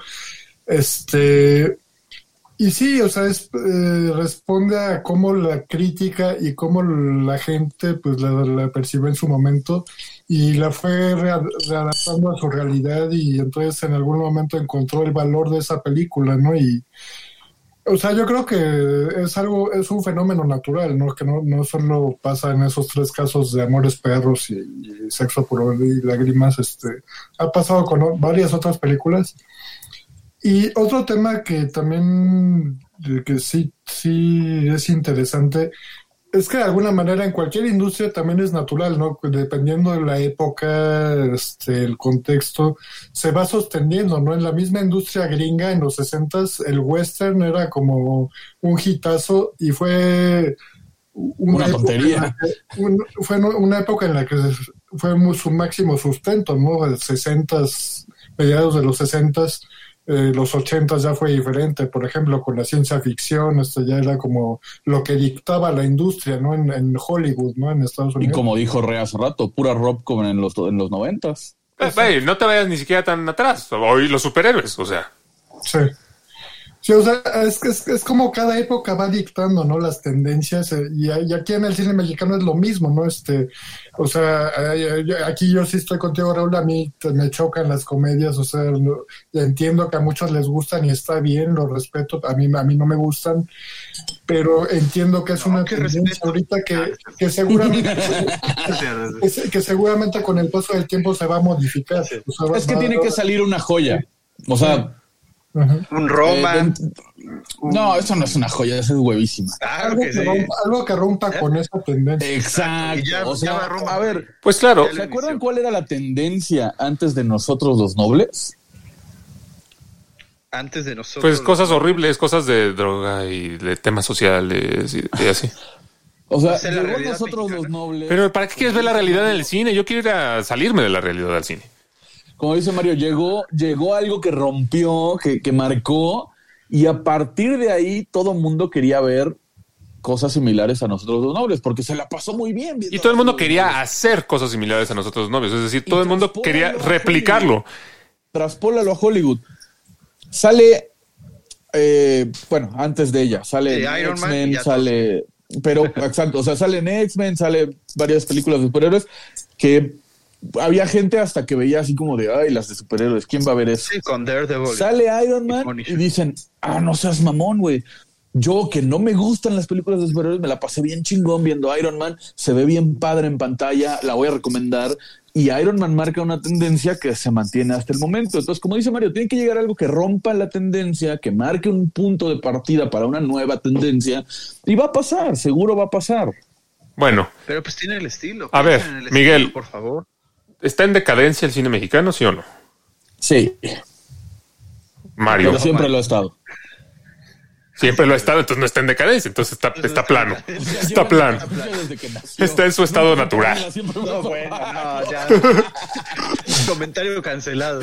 Este, y sí, o sea, es, eh, responde a cómo la crítica y cómo la gente pues la, la percibió en su momento y la fue rea- readaptando a su realidad y entonces en algún momento encontró el valor de esa película, ¿no? Y, o sea, yo creo que es algo, es un fenómeno natural, ¿no? Que no, no solo pasa en esos tres casos de Amores Perros y, y Sexo, Pudor y Lágrimas, este, ha pasado con o- varias otras películas. Y otro tema que también, eh, que sí, sí es interesante, es que de alguna manera en cualquier industria también es natural, ¿no? Dependiendo de la época, este, el contexto, se va sosteniendo, ¿no? En la misma industria gringa, en los sesentas, el western era como un hitazo y fue Una época tontería. en la que- un- fue no- una época en la que se- fue mu- su máximo sustento, ¿no? El sesentas, mediados de los sesentas, eh, los ochentas ya fue diferente, por ejemplo, con la ciencia ficción, esto ya era como lo que dictaba la industria, ¿no? En, en Hollywood, ¿no? En Estados Y Unidos. como dijo Rea hace rato, pura rock como en los, en los noventas. Eh, güey, no te vayas ni siquiera tan atrás. Hoy los superhéroes, o sea. Sí. Sí, o sea, es, es, es como cada época va dictando, ¿no? Las tendencias, eh, y, y aquí en el cine mexicano es lo mismo, ¿no? Este, o sea, eh, yo- aquí yo sí estoy contigo, Raúl, a mí te- me chocan las comedias, o sea, no- entiendo que a muchos les gustan y está bien, lo respeto, a mí, a mí no me gustan, pero entiendo que es No, una qué tendencia respeto. ahorita que, que seguramente que, se- que seguramente con el paso del tiempo se va a modificar. O sea, va- Es que va- tiene que salir una joya. O sea, Ajá. Un Roma. eh, no, eso no es una joya, eso es huevísima. Claro Algo que que, sí. rompa, algo que rompa con esa tendencia. Exacto. Y ya- o ya sea, va Roma. a ver, Pues claro. Ya ¿se acuerdan cuál era la tendencia antes de nosotros los nobles? Antes de nosotros. Pues cosas horribles, cosas de droga y de temas sociales y, y así. O sea, Esa es la llegó realidad nosotros mexicana. los nobles. Pero ¿para qué quieres ver la realidad en el cine? Yo quiero ir a salirme de la realidad del cine. Como dice Mario, llegó, llegó algo que rompió, que, que marcó, y a partir de ahí todo el mundo quería ver cosas similares a nosotros los nobles, porque se la pasó muy bien. viendo Y todo el mundo a los quería nobles. hacer cosas similares a nosotros los novios. Es decir, todo el mundo transpólalo quería a replicarlo. Traspólalo a Hollywood. Sale, eh, bueno, antes de ella, sale Sí, en Iron Man X-Men, y ya sale, pero exacto, o sea, sale en X-Men, sale varias películas de superhéroes que había gente hasta que veía así como de, ay, las de superhéroes, ¿quién va a ver eso? Sí, con Daredevil. Sale Iron Man Punisher. y dicen, ah, no seas mamón, güey. Yo que no me gustan las películas de superhéroes, me la pasé bien chingón viendo Iron Man, se ve bien padre en pantalla, la voy a recomendar. Y Iron Man marca una tendencia que se mantiene hasta el momento. Entonces, como dice Mario, tiene que llegar algo que rompa la tendencia, que marque un punto de partida para una nueva tendencia. Y va a pasar, seguro va a pasar. Bueno, Pero pues tiene el estilo. A ver, piensen en el Miguel. estilo, por favor. ¿está en decadencia el cine mexicano, sí o no? Sí, Mario. pero siempre lo ha estado. Siempre lo ha estado, entonces no está en decadencia, entonces está, está plano. Está plano. Desde que nació. Está en su estado natural. Siempre me No, fue- bueno, no, ya. Comentario cancelado.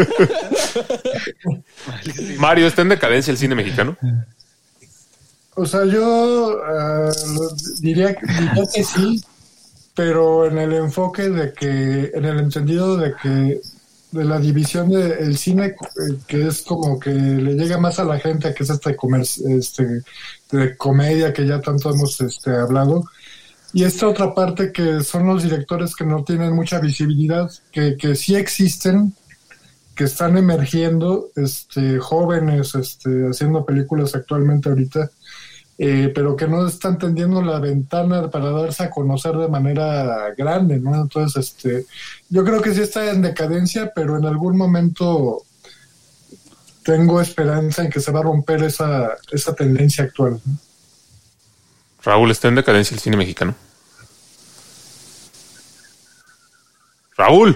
Malísimo. Mario, ¿está en decadencia el cine mexicano? O sea, yo ah, lo- diría, diría que sí, pero en el enfoque de que, en el entendido de que de la división del cine, eh, que es como que le llega más a la gente, que es este, comer, este de comedia que ya tanto hemos este, hablado, y esta otra parte que son los directores que no tienen mucha visibilidad, que, que sí existen, que están emergiendo, este, jóvenes, este, haciendo películas actualmente ahorita, eh, pero que no están tendiendo la ventana para darse a conocer de manera grande, ¿no? Entonces, este, yo creo que sí está en decadencia, pero en algún momento tengo esperanza en que se va a romper esa, esa tendencia actual, ¿no? Raúl, ¿está en decadencia el cine mexicano? Raúl.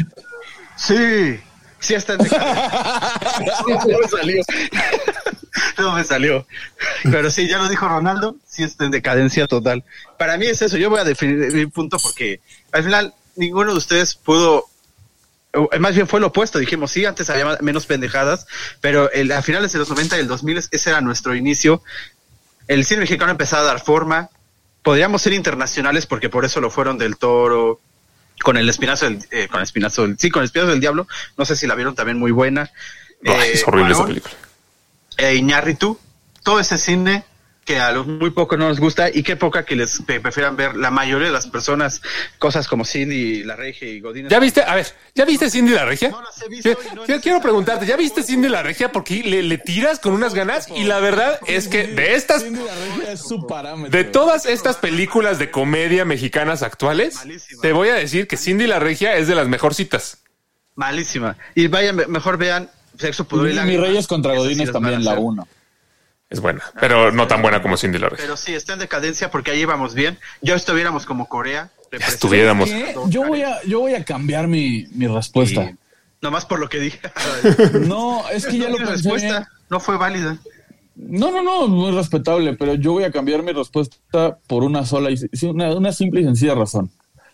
Sí, sí está en decadencia. No me salió. no me salió. Pero sí, ya lo dijo Ronaldo, sí está en decadencia total. Para mí es eso, yo voy a definir mi punto porque al final ninguno de ustedes pudo, más bien fue lo opuesto, dijimos sí, antes había menos pendejadas, pero el, a finales de los noventa y el dos mil ese era nuestro inicio. El cine mexicano empezaba a dar forma, podríamos ser internacionales porque por eso lo fueron Del Toro, con el espinazo del, eh, con el espinazo del, sí, con el espinazo del diablo, no sé si la vieron también, muy buena. Ay, eh, es horrible Cuarón, esa película. Eh, Iñárritu, todo ese cine que a los muy pocos no les gusta y qué poca que les que prefieran ver la mayoría de las personas, cosas como Cindy, La Regia y Godínez. ¿Ya viste? A ver, ¿ya viste Cindy la Regia? No las he visto y no Quiero, quiero preguntarte, ¿ya viste Cindy la Regia? Porque le, le tiras con unas ganas y la verdad es que de estas, Cindy la Regia es su parámetro. de todas estas películas de comedia mexicanas actuales, Malísima. te voy a decir que Cindy la Regia es de las mejorcitas. Malísima. Y vayan, mejor vean Sexo, Pudor y Mi Lágrimas. Reyes contra Esas sí Godines las también, van a la hacer. uno. Es buena, pero no tan buena como Cindy la Regia. Pero sí, está en decadencia porque ahí íbamos bien. Ya estuviéramos como Corea. Ya estuviéramos. ¿Qué? Yo voy a, yo voy a cambiar mi, mi respuesta. Y nomás por lo que dije. No, es que ya lo Mi pensé. respuesta no fue válida. No, no, no, muy respetable, pero yo voy a cambiar mi respuesta por una sola y sí, una, una simple y sencilla razón.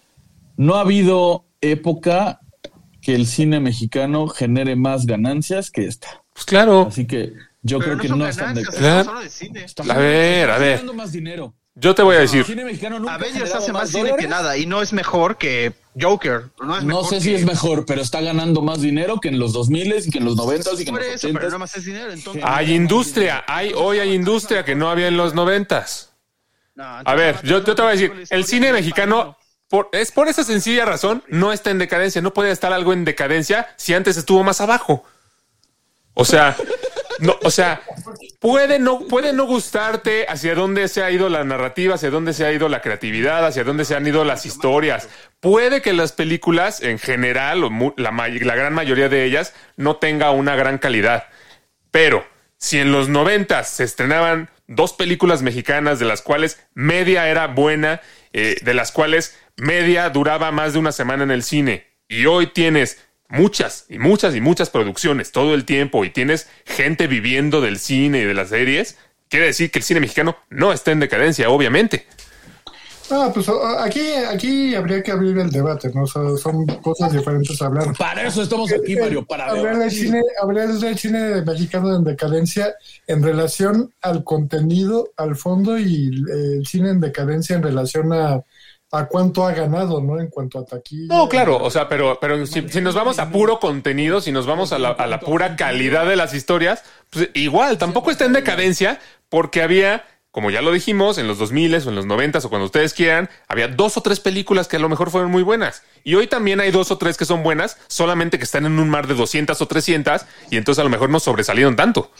No ha habido época que el cine mexicano genere más ganancias que esta. Pues claro. Así que yo Pero creo no que son no están de ganancias, Claro. estamos hablando de cine. A ver, a ver. ganando más dinero. Yo te voy a El decir, cine mexicano nunca ha Avengers generado hace más cine dólares. que nada y no es mejor que Joker. No, es No mejor sé si que- es mejor, pero está ganando más dinero que en los dos mil y que en los noventa y que en Por los eso, pero ochenta. no más es dinero. Entonces, hay industria, hay hoy hay industria que no había en los noventas. No, A entonces, ver, yo, yo te voy a decir, la el historia cine del mexicano, padrino. por, es por esa sencilla razón, no está en decadencia. No puede estar algo en decadencia si antes estuvo más abajo. O sea, no, o sea, puede no, puede no gustarte hacia dónde se ha ido la narrativa, hacia dónde se ha ido la creatividad, hacia dónde se han ido las historias. Puede que las películas, en general, o mu- la, may- la gran mayoría de ellas, no tenga una gran calidad. Pero si en los noventas se estrenaban dos películas mexicanas de las cuales media era buena, eh, de las cuales media duraba más de una semana en el cine, y hoy tienes muchas y muchas y muchas producciones todo el tiempo y tienes gente viviendo del cine y de las series, quiere decir que el cine mexicano no está en decadencia, obviamente. Ah, pues a- aquí, aquí habría que abrir el debate, ¿no? O sea, son cosas diferentes a hablar. Para eso estamos aquí, Mario, para hablar del debatir. cine, hablar del cine mexicano en decadencia en relación al contenido, al fondo, y eh, el cine en decadencia en relación a, a cuánto ha ganado, ¿no? En cuanto a taquilla. No, claro, o sea, pero, pero si, si nos vamos a puro contenido, si nos vamos a la, a la pura calidad de las historias, pues igual, tampoco está en decadencia porque había, como ya lo dijimos, en los dos mil o en los noventa o cuando ustedes quieran, había dos o tres películas que a lo mejor fueron muy buenas. Y hoy también hay dos o tres que son buenas, solamente que están en un mar de doscientas o trescientas y entonces a lo mejor no sobresalieron tanto.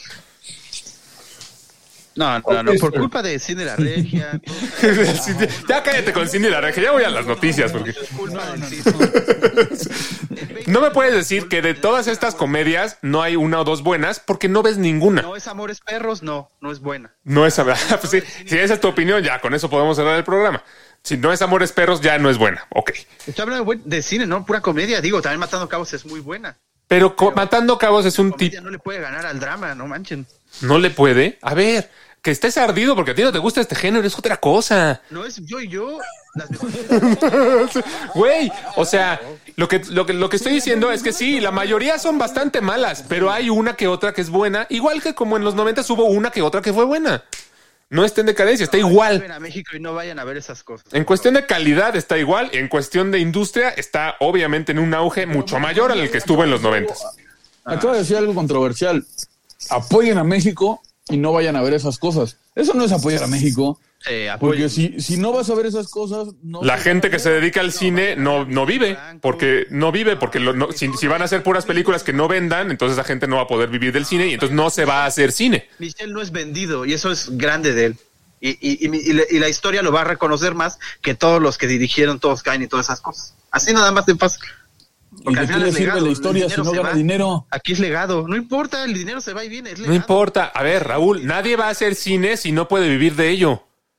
No, no, no, por culpa de Cine La Regia. Ya cállate con Cindy la Regia, ya voy a las noticias porque Es culpa del cine. no me puedes decir que de todas estas comedias no hay una o dos buenas porque no ves ninguna. No es Amores Perros, no, no es buena. No es pues sí, si esa es tu opinión, ya con eso podemos cerrar el programa. Si no es Amores Perros, ya no es buena. Ok. Estoy hablando de, buen- de cine, no pura comedia. Digo, también Matando Cabos es muy buena. Pero co- Matando Cabos es un Comedia tipo. no le puede ganar al drama, no manchen. No le puede. A ver, que estés ardido porque a ti no te gusta este género es otra cosa. No es yo y yo. Las mejores. Güey, o sea, lo que, lo, que, lo que estoy diciendo es que sí, la mayoría son bastante malas, pero hay una que otra que es buena. Igual que como en los noventas hubo una que otra que fue buena. No está en decadencia, está igual. Vayan a México y no vayan a ver esas cosas. En cuestión de calidad está igual, en cuestión de industria está obviamente en un auge mucho mayor al que estuvo en los noventas. Acabo de decir algo controversial. Apoyen a México y no vayan a ver esas cosas. Eso no es apoyar a México. Eh, Porque apoyen. si, si no vas a ver esas cosas, no La se gente van a que se ver. dedica al cine no, no vive, porque no vive, porque lo- no- si, si van a hacer puras películas que no vendan, entonces la gente no va a poder vivir del cine y entonces no se va a hacer cine. Michelle no es vendido y eso es grande de él. Y, y, y, mi- y la, y la historia lo va a reconocer más que todos los que dirigieron, todos caen y todas esas cosas. Así nada más de fácil. ¿Y de qué le sirve la historia si no gana dinero? Aquí es legado. No importa, el dinero se va y viene. Es legado. No importa. A ver, Raúl, nadie va a hacer cine si no puede vivir de ello.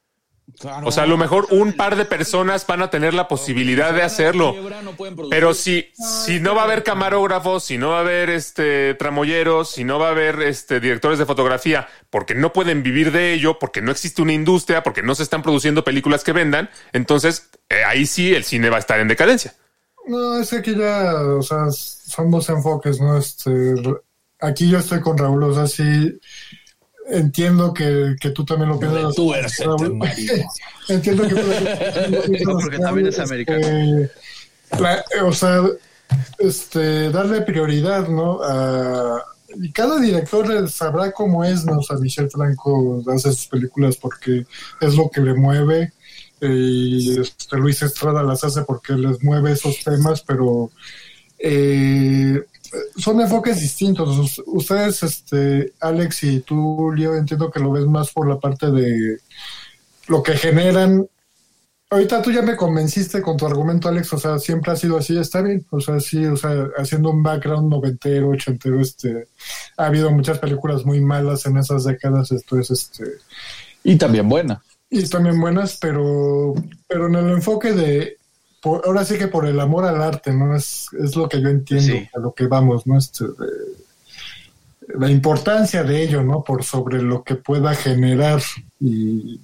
Claro. O sea, a lo mejor un par de personas van a tener la posibilidad de hacerlo. Pero si, si no va a haber camarógrafos, si no va a haber este tramoyeros, si no va a haber este directores de fotografía, porque no pueden vivir de ello, porque no existe una industria, porque no se están produciendo películas que vendan, entonces eh, ahí sí el cine va a estar en decadencia. No, es que aquí ya, o sea, son dos enfoques, ¿no? Este, aquí yo estoy con Raúl, o sea, sí entiendo que, que tú también lo piensas. Tú eres Raúl. Entiendo que tú no, porque también es americano. Eh, la, o sea, este, darle prioridad, ¿no? A, y cada director sabrá cómo es, ¿no? O sea, Michel Franco hace sus películas porque es lo que le mueve. Y este, Luis Estrada las hace porque les mueve esos temas, pero eh, son enfoques distintos. Ustedes, este, Alex y tú, Leo, entiendo que lo ves más por la parte de lo que generan. Ahorita tú ya me convenciste con tu argumento, Alex, o sea, siempre ha sido así, está bien, o sea, sí, o sea, haciendo un background noventero, ochentero, este, ha habido muchas películas muy malas en esas décadas, esto es, este... Y también buena. Y también buenas, pero pero en el enfoque de, por, ahora sí que por el amor al arte, ¿no? Es, es lo que yo entiendo, sí. A lo que vamos, ¿no? Este, de, la importancia de ello, ¿no? Por sobre lo que pueda generar y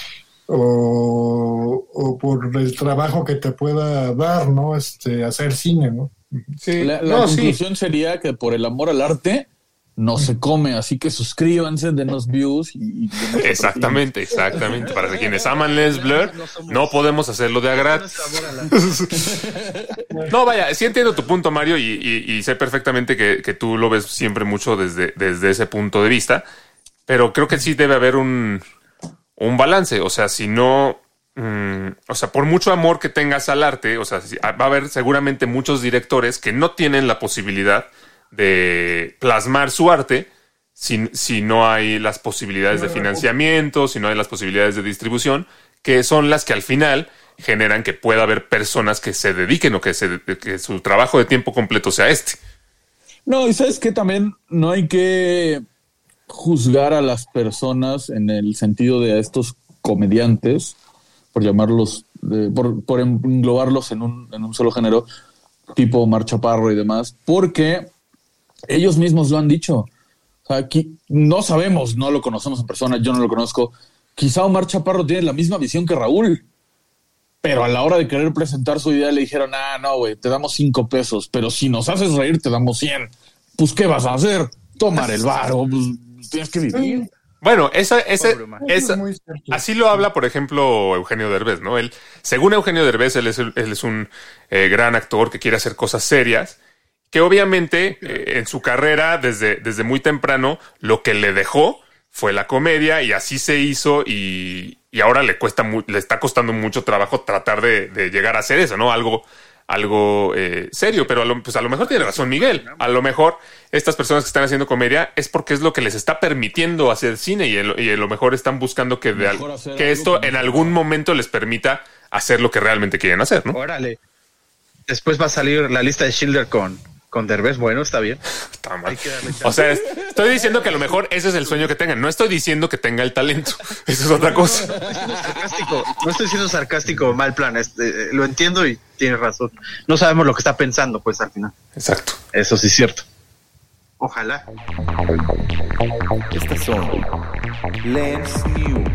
o, o por el trabajo que te pueda dar, ¿no? Este, hacer cine, ¿no? Sí. La, la no, conclusión sí. sería que por el amor al arte no se come, así que suscríbanse, denos views y, y exactamente, exactamente. Para quienes aman Lens Blur, no podemos hacerlo de a gratis. No, vaya, sí entiendo tu punto, Mario, y, y, y sé perfectamente que, que tú lo ves siempre mucho desde, desde ese punto de vista, pero creo que sí debe haber un, un balance. O sea, si no, mmm, o sea, por mucho amor que tengas al arte, o sea, va a haber seguramente muchos directores que no tienen la posibilidad de plasmar su arte si, si no hay las posibilidades de financiamiento, si no hay las posibilidades de distribución, que son las que al final generan que pueda haber personas que se dediquen o que, se, que su trabajo de tiempo completo sea este. No, y sabes que también no hay que juzgar a las personas en el sentido de a estos comediantes, por llamarlos, de, por, por englobarlos en un, en un solo género, tipo Omar Chaparro y demás, porque ellos mismos lo han dicho. O sea, aquí no sabemos, no lo conocemos en persona, yo no lo conozco. Quizá Omar Chaparro tiene la misma visión que Raúl, pero a la hora de querer presentar su idea le dijeron, ah, no, güey, te damos cinco pesos, pero si nos haces reír te damos cien. Pues, ¿qué vas a hacer? Tomar el varo, pues tienes que vivir. Bueno, esa, esa, esa, así lo habla, por ejemplo, Eugenio Derbez, ¿no? Él, según Eugenio Derbez, él es, él es un eh, gran actor que quiere hacer cosas serias, que obviamente eh, en su carrera, desde, desde muy temprano, lo que le dejó fue la comedia y así se hizo y, y ahora le cuesta mu- le está costando mucho trabajo tratar de, de llegar a hacer eso, ¿no? Algo, algo eh, serio, pero a lo, pues a lo mejor tiene razón Miguel. A lo mejor estas personas que están haciendo comedia es porque es lo que les está permitiendo hacer cine y, el, y a lo mejor están buscando que, de al, que esto en algún momento les permita hacer lo que realmente quieren hacer, ¿no? Órale. Después va a salir la lista de Schindler con, con Derbez. Bueno, está bien. Está mal. O sea, es, estoy diciendo que a lo mejor ese es el sueño que tengan. No estoy diciendo que tenga el talento. Eso es otra cosa. No estoy siendo sarcástico, no estoy siendo sarcástico, mal plan. Este, lo entiendo y tienes razón. No sabemos lo que está pensando, pues, al final. Exacto. Eso sí es cierto. Ojalá. Estas son Lens News.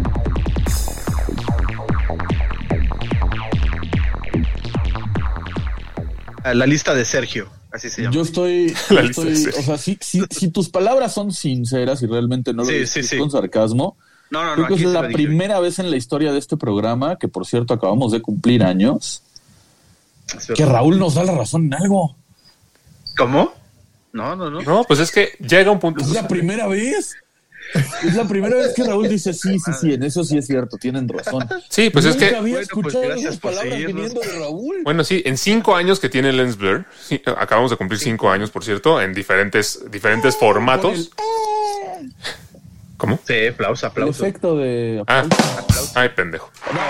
La lista de Sergio, así se llama. Yo estoy, yo estoy o sea, si, si, si tus palabras son sinceras y realmente no lo sí, dices sí, sí. con sarcasmo, no, no, no, creo que es sí la primera vez en la historia de este programa, que por cierto acabamos de cumplir años, que Raúl nos da la razón en algo. ¿Cómo? No, no, no. No, pues es que llega un punto. Es la primera vez. Es la primera vez que Raúl dice sí, sí, sí, en eso sí es cierto, tienen razón. Sí, pues Nunca es que... había Bueno, pues escuchado gracias esas por palabras seguirnos. viniendo de Raúl. Bueno, sí, en cinco años que tiene Lens Blur, sí, acabamos de cumplir cinco años, por cierto, en diferentes, diferentes formatos. ¿Cómo? Sí, aplauso, El aplauso. efecto de... Ah, ay, pendejo.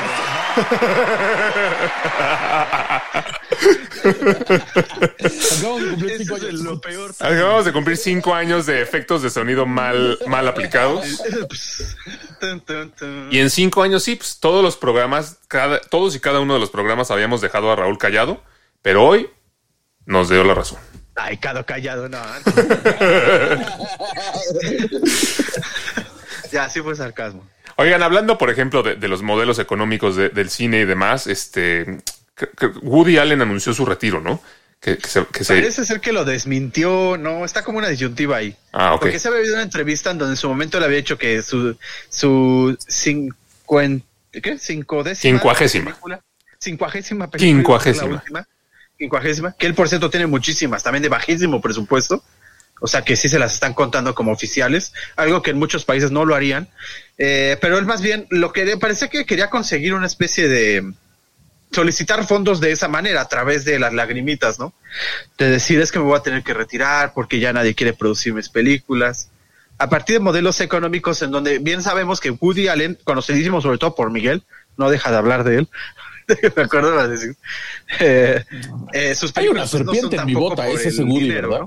Acabamos de cumplir cinco Eso es años. lo peor. Acabamos de cumplir cinco años de efectos de sonido mal, mal aplicados. Pues, tun, tun, tun. Y en cinco años sí, pues todos los programas, cada, todos y cada uno de los programas habíamos dejado a Raúl callado, pero hoy nos dio la razón. Ay, quedó callado, no. Ya, sí fue sarcasmo. Oigan, hablando, por ejemplo, de, de los modelos económicos de, del cine y demás, este, que, que Woody Allen anunció su retiro, ¿no? Que, que se, que se... Parece ser que lo desmintió, no, está como una disyuntiva ahí. Ah, ok. Porque se había habido una entrevista en donde en su momento le había dicho que su, su cincuenta, ¿qué? Cincuagésima. Quincuagésima. Película, cincuagésima película. Quincuagésima. La última, quincuagésima. Que él, por cierto, tiene muchísimas, también de bajísimo presupuesto. O sea que sí se las están contando como oficiales, algo que en muchos países no lo harían. Eh, pero él más bien lo que parece que quería conseguir una especie de solicitar fondos de esa manera a través de las lagrimitas, ¿no? De decir es que me voy a tener que retirar porque ya nadie quiere producir mis películas. A partir de modelos económicos en donde bien sabemos que Woody Allen, conocidísimo sobre todo por Miguel, no deja de hablar de él. Me acuerdo de decir. Eh, eh, sus Hay una películas, pues, no serpiente son en mi tampoco bota, por ese es el Woody, dinero, ¿verdad? ¿no?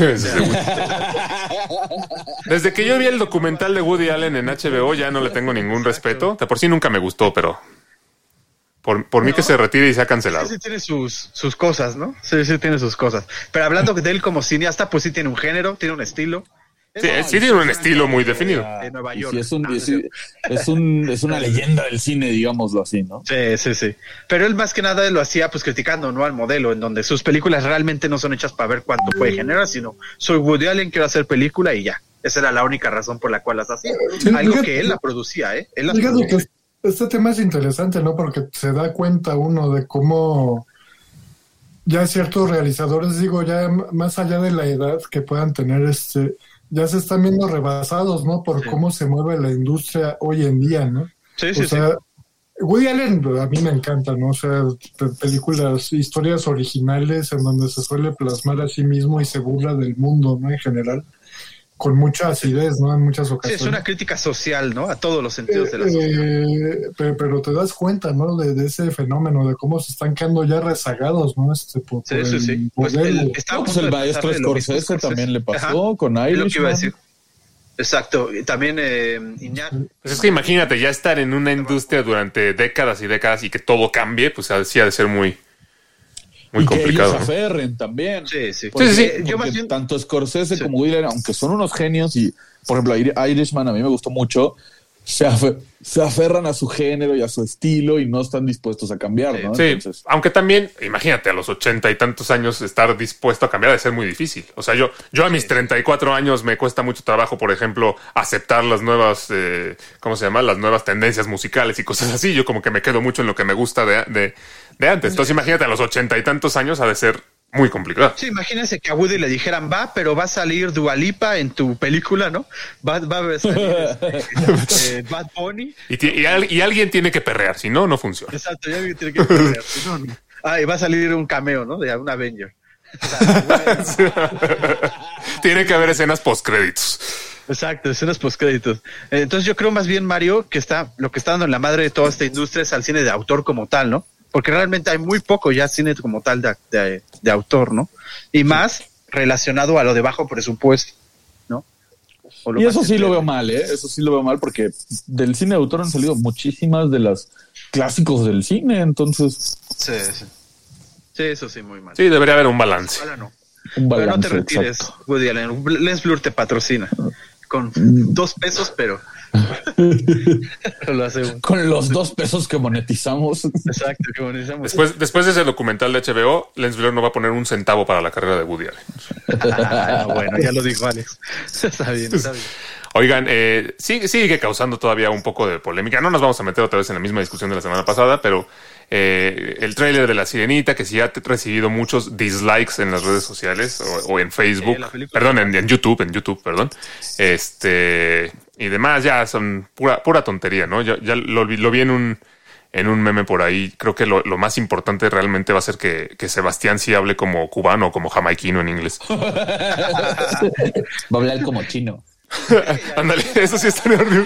Desde que yo vi el documental de Woody Allen en H B O ya no le tengo ningún respeto. De por sí nunca me gustó, pero por, por mí No. que se retire y sea cancelado. Sí, sí tiene sus, sus cosas, ¿no? Sí, sí tiene sus cosas. Pero hablando de él como cineasta, pues sí tiene un género, tiene un estilo. Sí, sí tiene un estilo muy definido. De Nueva Y York. sí, es, un, Ah, es, sí. es, un, es una leyenda del cine, digámoslo así, ¿no? Sí, sí, sí. Pero él más que nada lo hacía pues criticando, ¿no? Al modelo, en donde sus películas realmente no son hechas para ver cuánto puede generar, sino soy Woody Allen, quiero hacer película y ya. Esa era la única razón por la cual las hacía. Sí, Algo fíjate- que él la producía, ¿eh? Él las Fíjate producía. que este tema es interesante, ¿no? Porque se da cuenta uno de cómo ya ciertos realizadores, digo, ya m- más allá de la edad que puedan tener, este, ya se están viendo rebasados, ¿no? Por Sí. cómo se mueve la industria hoy en día, ¿no? Sí, sí, O sí. sea, Woody Allen a mí me encanta, ¿no? O sea, pe- películas, historias originales en donde se suele plasmar a sí mismo y se burla del mundo, ¿no? En general, con mucha acidez, ¿no? En muchas Sí, ocasiones. es una crítica social, ¿no? A todos los sentidos de la Eh, sociedad. eh, pero, pero te das cuenta, ¿no? De, de ese fenómeno, de cómo se están quedando ya rezagados, ¿no? Este, por, Sí, por sí, el sí. Pues modelo. el, estaba No, a pues punto el de maestro pasarle lo mismo a Scorsese también le pasó con Es lo que iba a Irishman. decir. Exacto. Y también eh, Iñárritu. Pues es que imagínate ya estar en una industria durante décadas y décadas y que todo cambie, pues así ha de ser muy, muy y que complicado. ellos ¿no? se aferren también. Sí, sí. Porque, Sí, sí, sí. porque Yo más bien- tanto Scorsese Sí. como Woody Allen, aunque son unos genios y, por ejemplo, Ir- Irishman a mí me gustó mucho, se, afe- se aferran a su género y a su estilo y no están dispuestos a cambiar, ¿no? Sí, Entonces, aunque también, imagínate, a los ochenta y tantos años estar dispuesto a cambiar ha de ser muy difícil. O sea, yo, yo a mis treinta y cuatro años me cuesta mucho trabajo, por ejemplo, aceptar las nuevas, eh, ¿cómo se llama? Las nuevas tendencias musicales y cosas así. Yo como que me quedo mucho en lo que me gusta de, de, de antes. Entonces imagínate, a los ochenta y tantos años ha de ser muy complicado. Sí, imagínense que a Woody le dijeran, va, pero va a salir Dua Lipa en tu película, ¿no? Va, va a salir este, eh, Bad Bunny. Y, ti- y, al- y alguien tiene que perrear, si no, no funciona. Exacto, ya alguien tiene que perder, si no, no. Ah, y va a salir un cameo, ¿no? De un Avenger. O sea, bueno, Tiene que haber escenas postcréditos. exacto, escenas postcréditos. Eh, Entonces yo creo más bien, Mario, que está lo que está dando en la madre de toda esta industria es al cine de autor como tal, ¿no? Porque realmente hay muy poco ya cine como tal de, de, de autor, ¿no? Y más relacionado a lo de bajo presupuesto, ¿no? O y más eso sí lo entendible. veo mal, ¿eh? Eso sí lo veo mal porque del cine de autor han salido muchísimas de las clásicos del cine, entonces Sí, sí. Sí, eso sí, muy mal. Sí, debería haber un balance. Ojalá no. un Pero balance. no te retires, exacto. Woody Allen. Lens Blur te patrocina. Con dos pesos, pero... pero lo hacemos. Con los dos pesos que monetizamos. Exacto, que monetizamos. Después, después de ese documental de H B O, Lens Blur no va a poner un centavo para la carrera de Woody Allen. Ah, bueno, ya lo dijo Alex. Está bien, está bien. Oigan, eh, sigue, sigue causando todavía un poco de polémica. No nos vamos a meter otra vez en la misma discusión de la semana pasada, pero eh, el tráiler de La Sirenita, que sí ha t- recibido muchos dislikes en las redes sociales o, o en Facebook, Sí, la película. perdón, en, en YouTube, en YouTube, perdón, este y demás ya son pura pura tontería, ¿no? Ya, ya lo, vi- lo vi en un en un meme por ahí. Creo que lo, lo más importante realmente va a ser que, que Sebastián sí hable como cubano o como jamaiquino en inglés. Va a hablar como chino. Ándale, eso sí estaría horrible.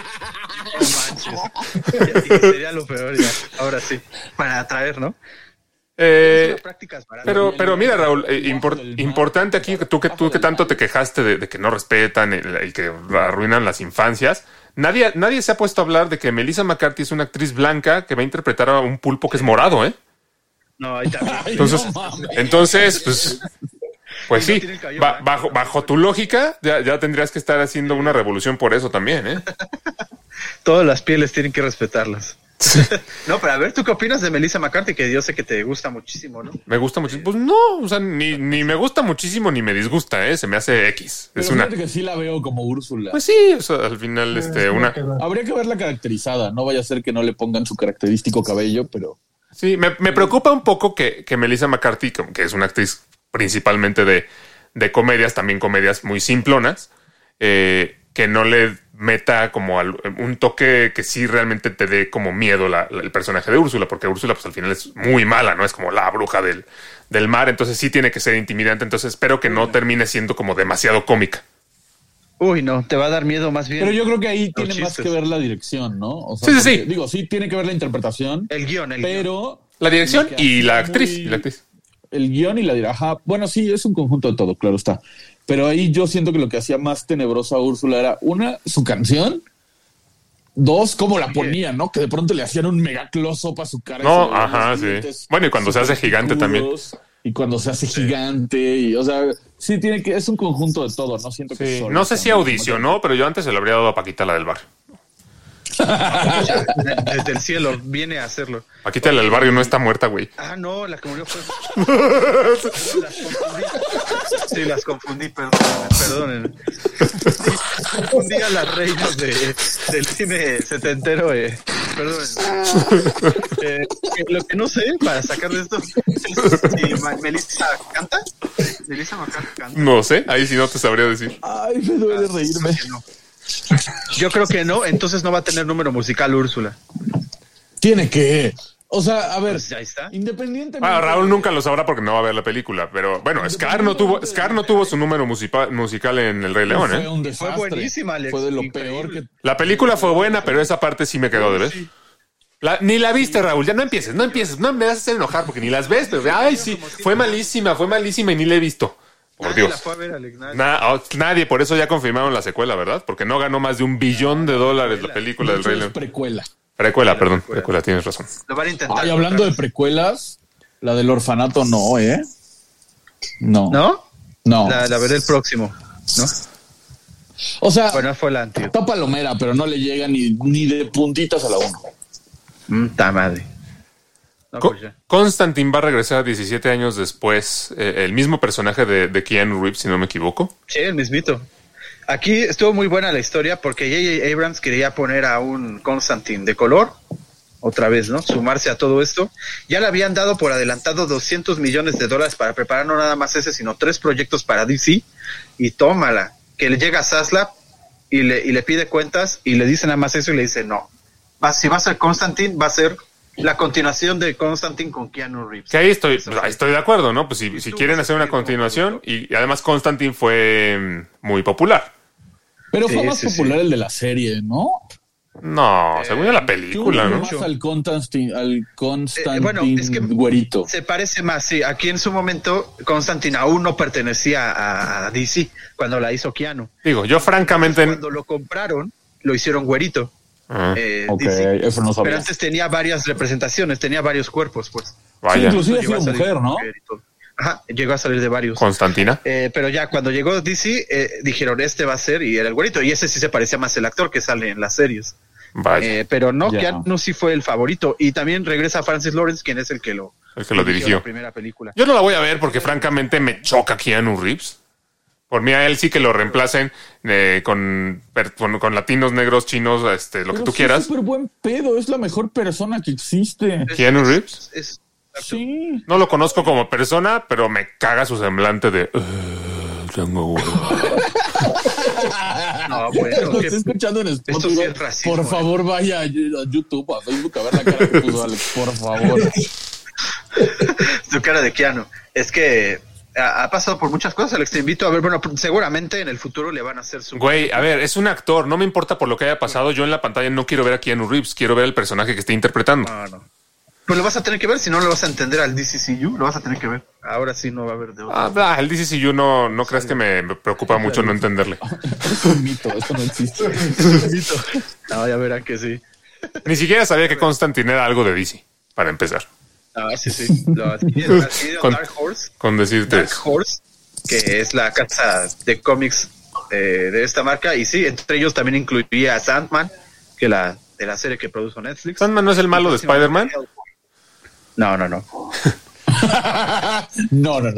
No manches. Ya, sería lo peor ya. Ahora sí. Para atraer, ¿no? Eh, Son prácticas baratas. Pero, pero mira, Raúl, eh, impor- importante aquí que tú que tú que tanto te quejaste de, de que no respetan y, y que arruinan las infancias. nadie, nadie se ha puesto a hablar de que Melissa McCarthy es una actriz blanca que va a interpretar a un pulpo que es morado, ¿eh? No, ahí también. Entonces, entonces, pues, pues sí, ba- bajo, bajo tu lógica, ya, ya tendrías que estar haciendo una revolución por eso también, ¿eh? Todas las pieles tienen que respetarlas. No, pero a ver, ¿tú qué opinas de Melissa McCarthy? Que yo sé que te gusta muchísimo, ¿no? Me gusta muchísimo. Pues no, o sea, ni, ni me gusta muchísimo ni me disgusta, ¿eh? Se me hace X. Pero Es una. fíjate que sí la veo como Úrsula. Pues sí, o sea, al final, este, Es una. que va. Habría que verla caracterizada. No vaya a ser que no le pongan su característico cabello, pero... Sí, me, me preocupa un poco que, que Melissa McCarthy, que que es una actriz principalmente de, de comedias, también comedias muy simplonas, eh, que no le meta como al- un toque que sí realmente te dé como miedo la- la- el personaje de Úrsula, porque Úrsula pues al final es muy mala, ¿no? Es como la bruja del, del mar, entonces sí tiene que ser intimidante, entonces espero que no termine siendo como demasiado cómica. Uy, no, te va a dar miedo más bien. Pero yo creo que ahí Los tiene más chistes. que ver la dirección, ¿no? O sea, Sí, sí, porque, sí. Digo, sí tiene que ver la interpretación, El guión, el guión. pero... La dirección lo que y la hacía actriz. muy- y la actriz. El guión y la dirección. Ajá. Bueno, sí, es un conjunto de todo, claro está. Pero ahí yo siento que lo que hacía más tenebrosa a Úrsula era, una, su canción. Dos, cómo la ponían, ¿no? Que de pronto le hacían un mega close-up a su cara. y No, se le veían ajá, los sí. dientes Bueno, y cuando se hace gigante también. oscuros, Y cuando se hace gigante. Y, o sea, sí, tiene que, es un conjunto de todo, ¿no? Siento que Sí. solo No sé si está- audicionó, pero yo antes se lo habría dado a Paquita, la del barrio. Desde el cielo viene a hacerlo. Paquita, la del barrio no está muerta, güey. Ah, no, la que murió fue. Las confundí. Sí, las confundí, perdónenme, perdónenme. Sí, confundí a las reinas de, del cine setentero, eh. Perdónenme. Eh, lo que no sé, para sacar de esto, es si Ma- Melissa canta. Melissa McCarthy canta. No sé, ahí sí no te sabría decir. Ay, me duele reírme. No. Yo creo que no, entonces no va a tener número musical Úrsula. Tiene que. O sea, a ver, Pues ya está. independientemente. Ah, Raúl nunca lo sabrá porque no va a ver la película, pero bueno, Scar no tuvo, Scar no tuvo su número musica- musical en El Rey León, Fue ¿eh? un desastre. Fue buenísima, Alex. Fue de lo Increíble. peor que. La película fue buena, pero esa parte sí me quedó de ver. Sí. La- ni la viste, Raúl, ya no empieces, no empieces, no me vas a hacer enojar porque ni las ves, pero ay, sí, fue malísima, fue malísima y ni la he visto. Por Nadie la Dios. fue a ver, Alex, nadie. Na- oh, nadie, por eso ya confirmaron la secuela, ¿verdad? Porque no ganó más de un billón de dólares la película De del hecho, Rey es León. precuela. Precuela, perdón, precuela, tienes razón. Lo van a intentar. Ay, hablando de precuelas, la del orfanato no, ¿eh? No. ¿No? No. La, la veré el próximo, ¿no? O sea, Bueno, fue la anterior. está palomera, pero no le llega ni, ni de puntitas a la uno. Mm, ta madre. No, Co- pues ya. Constantine va a regresar diecisiete años después, eh, el mismo personaje de, de Keanu Reeves, si no me equivoco. Sí, el mismito. Aquí estuvo muy buena la historia porque J J Abrams quería poner a un Constantine de color, otra vez, ¿no? Sumarse a todo esto. Ya le habían dado por adelantado doscientos millones de dólares para preparar no nada más ese, sino tres proyectos para D C. Y tómala, que le llega a Zaslav y le, y le pide cuentas y le dice nada más eso y le dice no. Va, si va a ser Constantine, va a ser la continuación de Constantine con Keanu Reeves. Que ahí estoy, pues, ahí estoy de acuerdo, ¿no? Pues si, si quieren hacer una continuación, y, y además Constantine fue mm, muy popular. Pero Sí, fue más sí, popular el de la serie, ¿no? No, según yo la película, Yo ¿no? más al Constantine, al Constantine Eh, bueno, es que- güerito. Se parece más, sí. Aquí en su momento, Constantine aún no pertenecía a, a D C cuando la hizo Keanu. Digo, yo francamente... Cuando lo compraron, lo hicieron güerito. Ah, eh, Ok, D C. eso no sabía. Pero antes tenía varias representaciones, tenía varios cuerpos, pues. Sí, vaya, inclusive ha Llegó a sido salir mujer, de ¿no? mujer y todo. Ajá, llegó a salir de varios. Constantina. Eh, pero ya cuando llegó D C, eh, dijeron, este va a ser, y era el güerito. Y ese sí se parecía más el actor que sale en las series. Vaya, Eh, pero no, Ya. Keanu sí fue el favorito. Y también regresa Francis Lawrence, quien es el que lo, el que lo dirigió. la primera película. Yo no la voy a ver porque francamente me choca Keanu Reeves. Por mí a él sí que lo reemplacen eh, con, per- con, con latinos, negros, chinos, este, lo que Pero tú sí, quieras. súper buen pedo, es la mejor persona que existe. Keanu Reeves. Es, Sí. No lo conozco como persona, pero me caga su semblante de... "Uh, tengo huevo". no, bueno, Lo que- estoy escuchando en Esto Spotify. sí es racismo, Por eh. favor, vaya a YouTube, a Facebook, a ver la cara que puso Alex, por favor. su cara de Keanu. Es que ha, ha pasado por muchas cosas. Alex, te invito a ver. Bueno, seguramente en el futuro le van a hacer su. Güey, a ver, es un actor, no me importa por lo que haya pasado, yo en la pantalla no quiero ver a Keanu Reeves, quiero ver el personaje que esté interpretando. No, no. Pues lo vas a tener que ver, si no lo vas a entender al D C C U, lo vas a tener que ver. Ahora sí no va a haber de otro. Ah, bah, el D C C U no, no creas que me me preocupa mucho no entenderle. Es un mito, esto no existe. No, ya verán que sí. Ni siquiera sabía que Constantine era algo de D C, para empezar. Ah, sí, sí. Lo adquirieron, adquirieron Con- Dark Horse. Con decirte Dark eso. Horse, que es la casa de cómics de, de esta marca. Y sí, entre ellos también incluiría a Sandman, que la de la serie que produjo Netflix. ¿Sandman no es el malo de Spider-Man? No, no, no. No, no, no.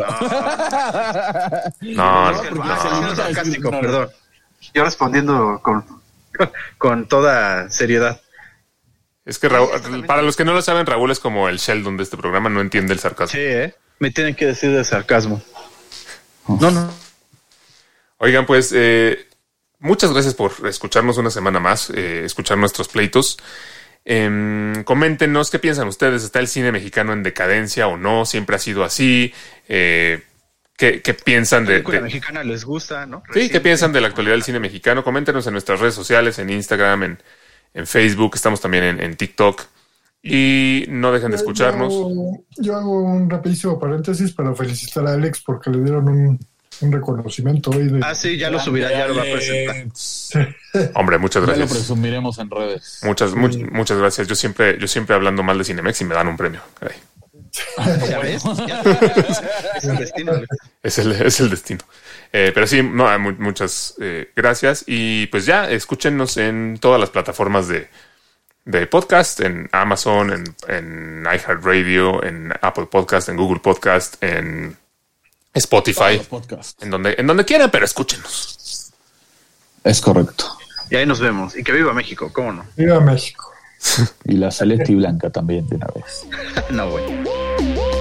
No, no, Es que- no. ah, sí, no. es sarcástico, No, no. perdón. Yo respondiendo con, con toda seriedad. Es que Raúl, para los que no lo saben, Raúl es como el Sheldon de este programa, no entiende el sarcasmo. Sí, ¿eh? Me tienen que decir de sarcasmo. No, no. Oigan, pues eh, muchas gracias por escucharnos una semana más, eh, escuchar nuestros pleitos. Eh, coméntenos qué piensan ustedes. ¿Está el cine mexicano en decadencia o no? ¿Siempre ha sido así? Eh, ¿qué, ¿Qué piensan La de, película de- mexicana les gusta, ¿no? Sí, ¿qué Reciente. piensan de la actualidad del cine mexicano? Coméntenos en nuestras redes sociales, en Instagram, en, en Facebook, estamos también en, en TikTok. Y no dejen de escucharnos. Yo, yo hago un rapidísimo paréntesis para felicitar a Alex porque le dieron un, un reconocimiento hoy de... Ah, sí, ya lo subirá, ya lo va a presentar. Hombre, muchas Ya lo gracias. presumiremos en redes. Muchas, much- muchas gracias. Yo siempre, yo siempre hablando mal de Cinemex y me dan un premio. Caray. ¿Ya ves? Ya. Es el destino. Es el, es el destino. Eh, pero sí, no, mu- muchas eh, gracias. Y pues ya, escúchenos en todas las plataformas de, de podcast, en Amazon, en, en iHeartRadio, en Apple Podcast, en Google Podcast, en Spotify, Los podcasts. en donde, en donde quieran, pero escúchenos. Es correcto. Y ahí nos vemos. Y que viva México, ¿cómo no? Viva México. Y la celeste y blanca también de una vez. No, güey.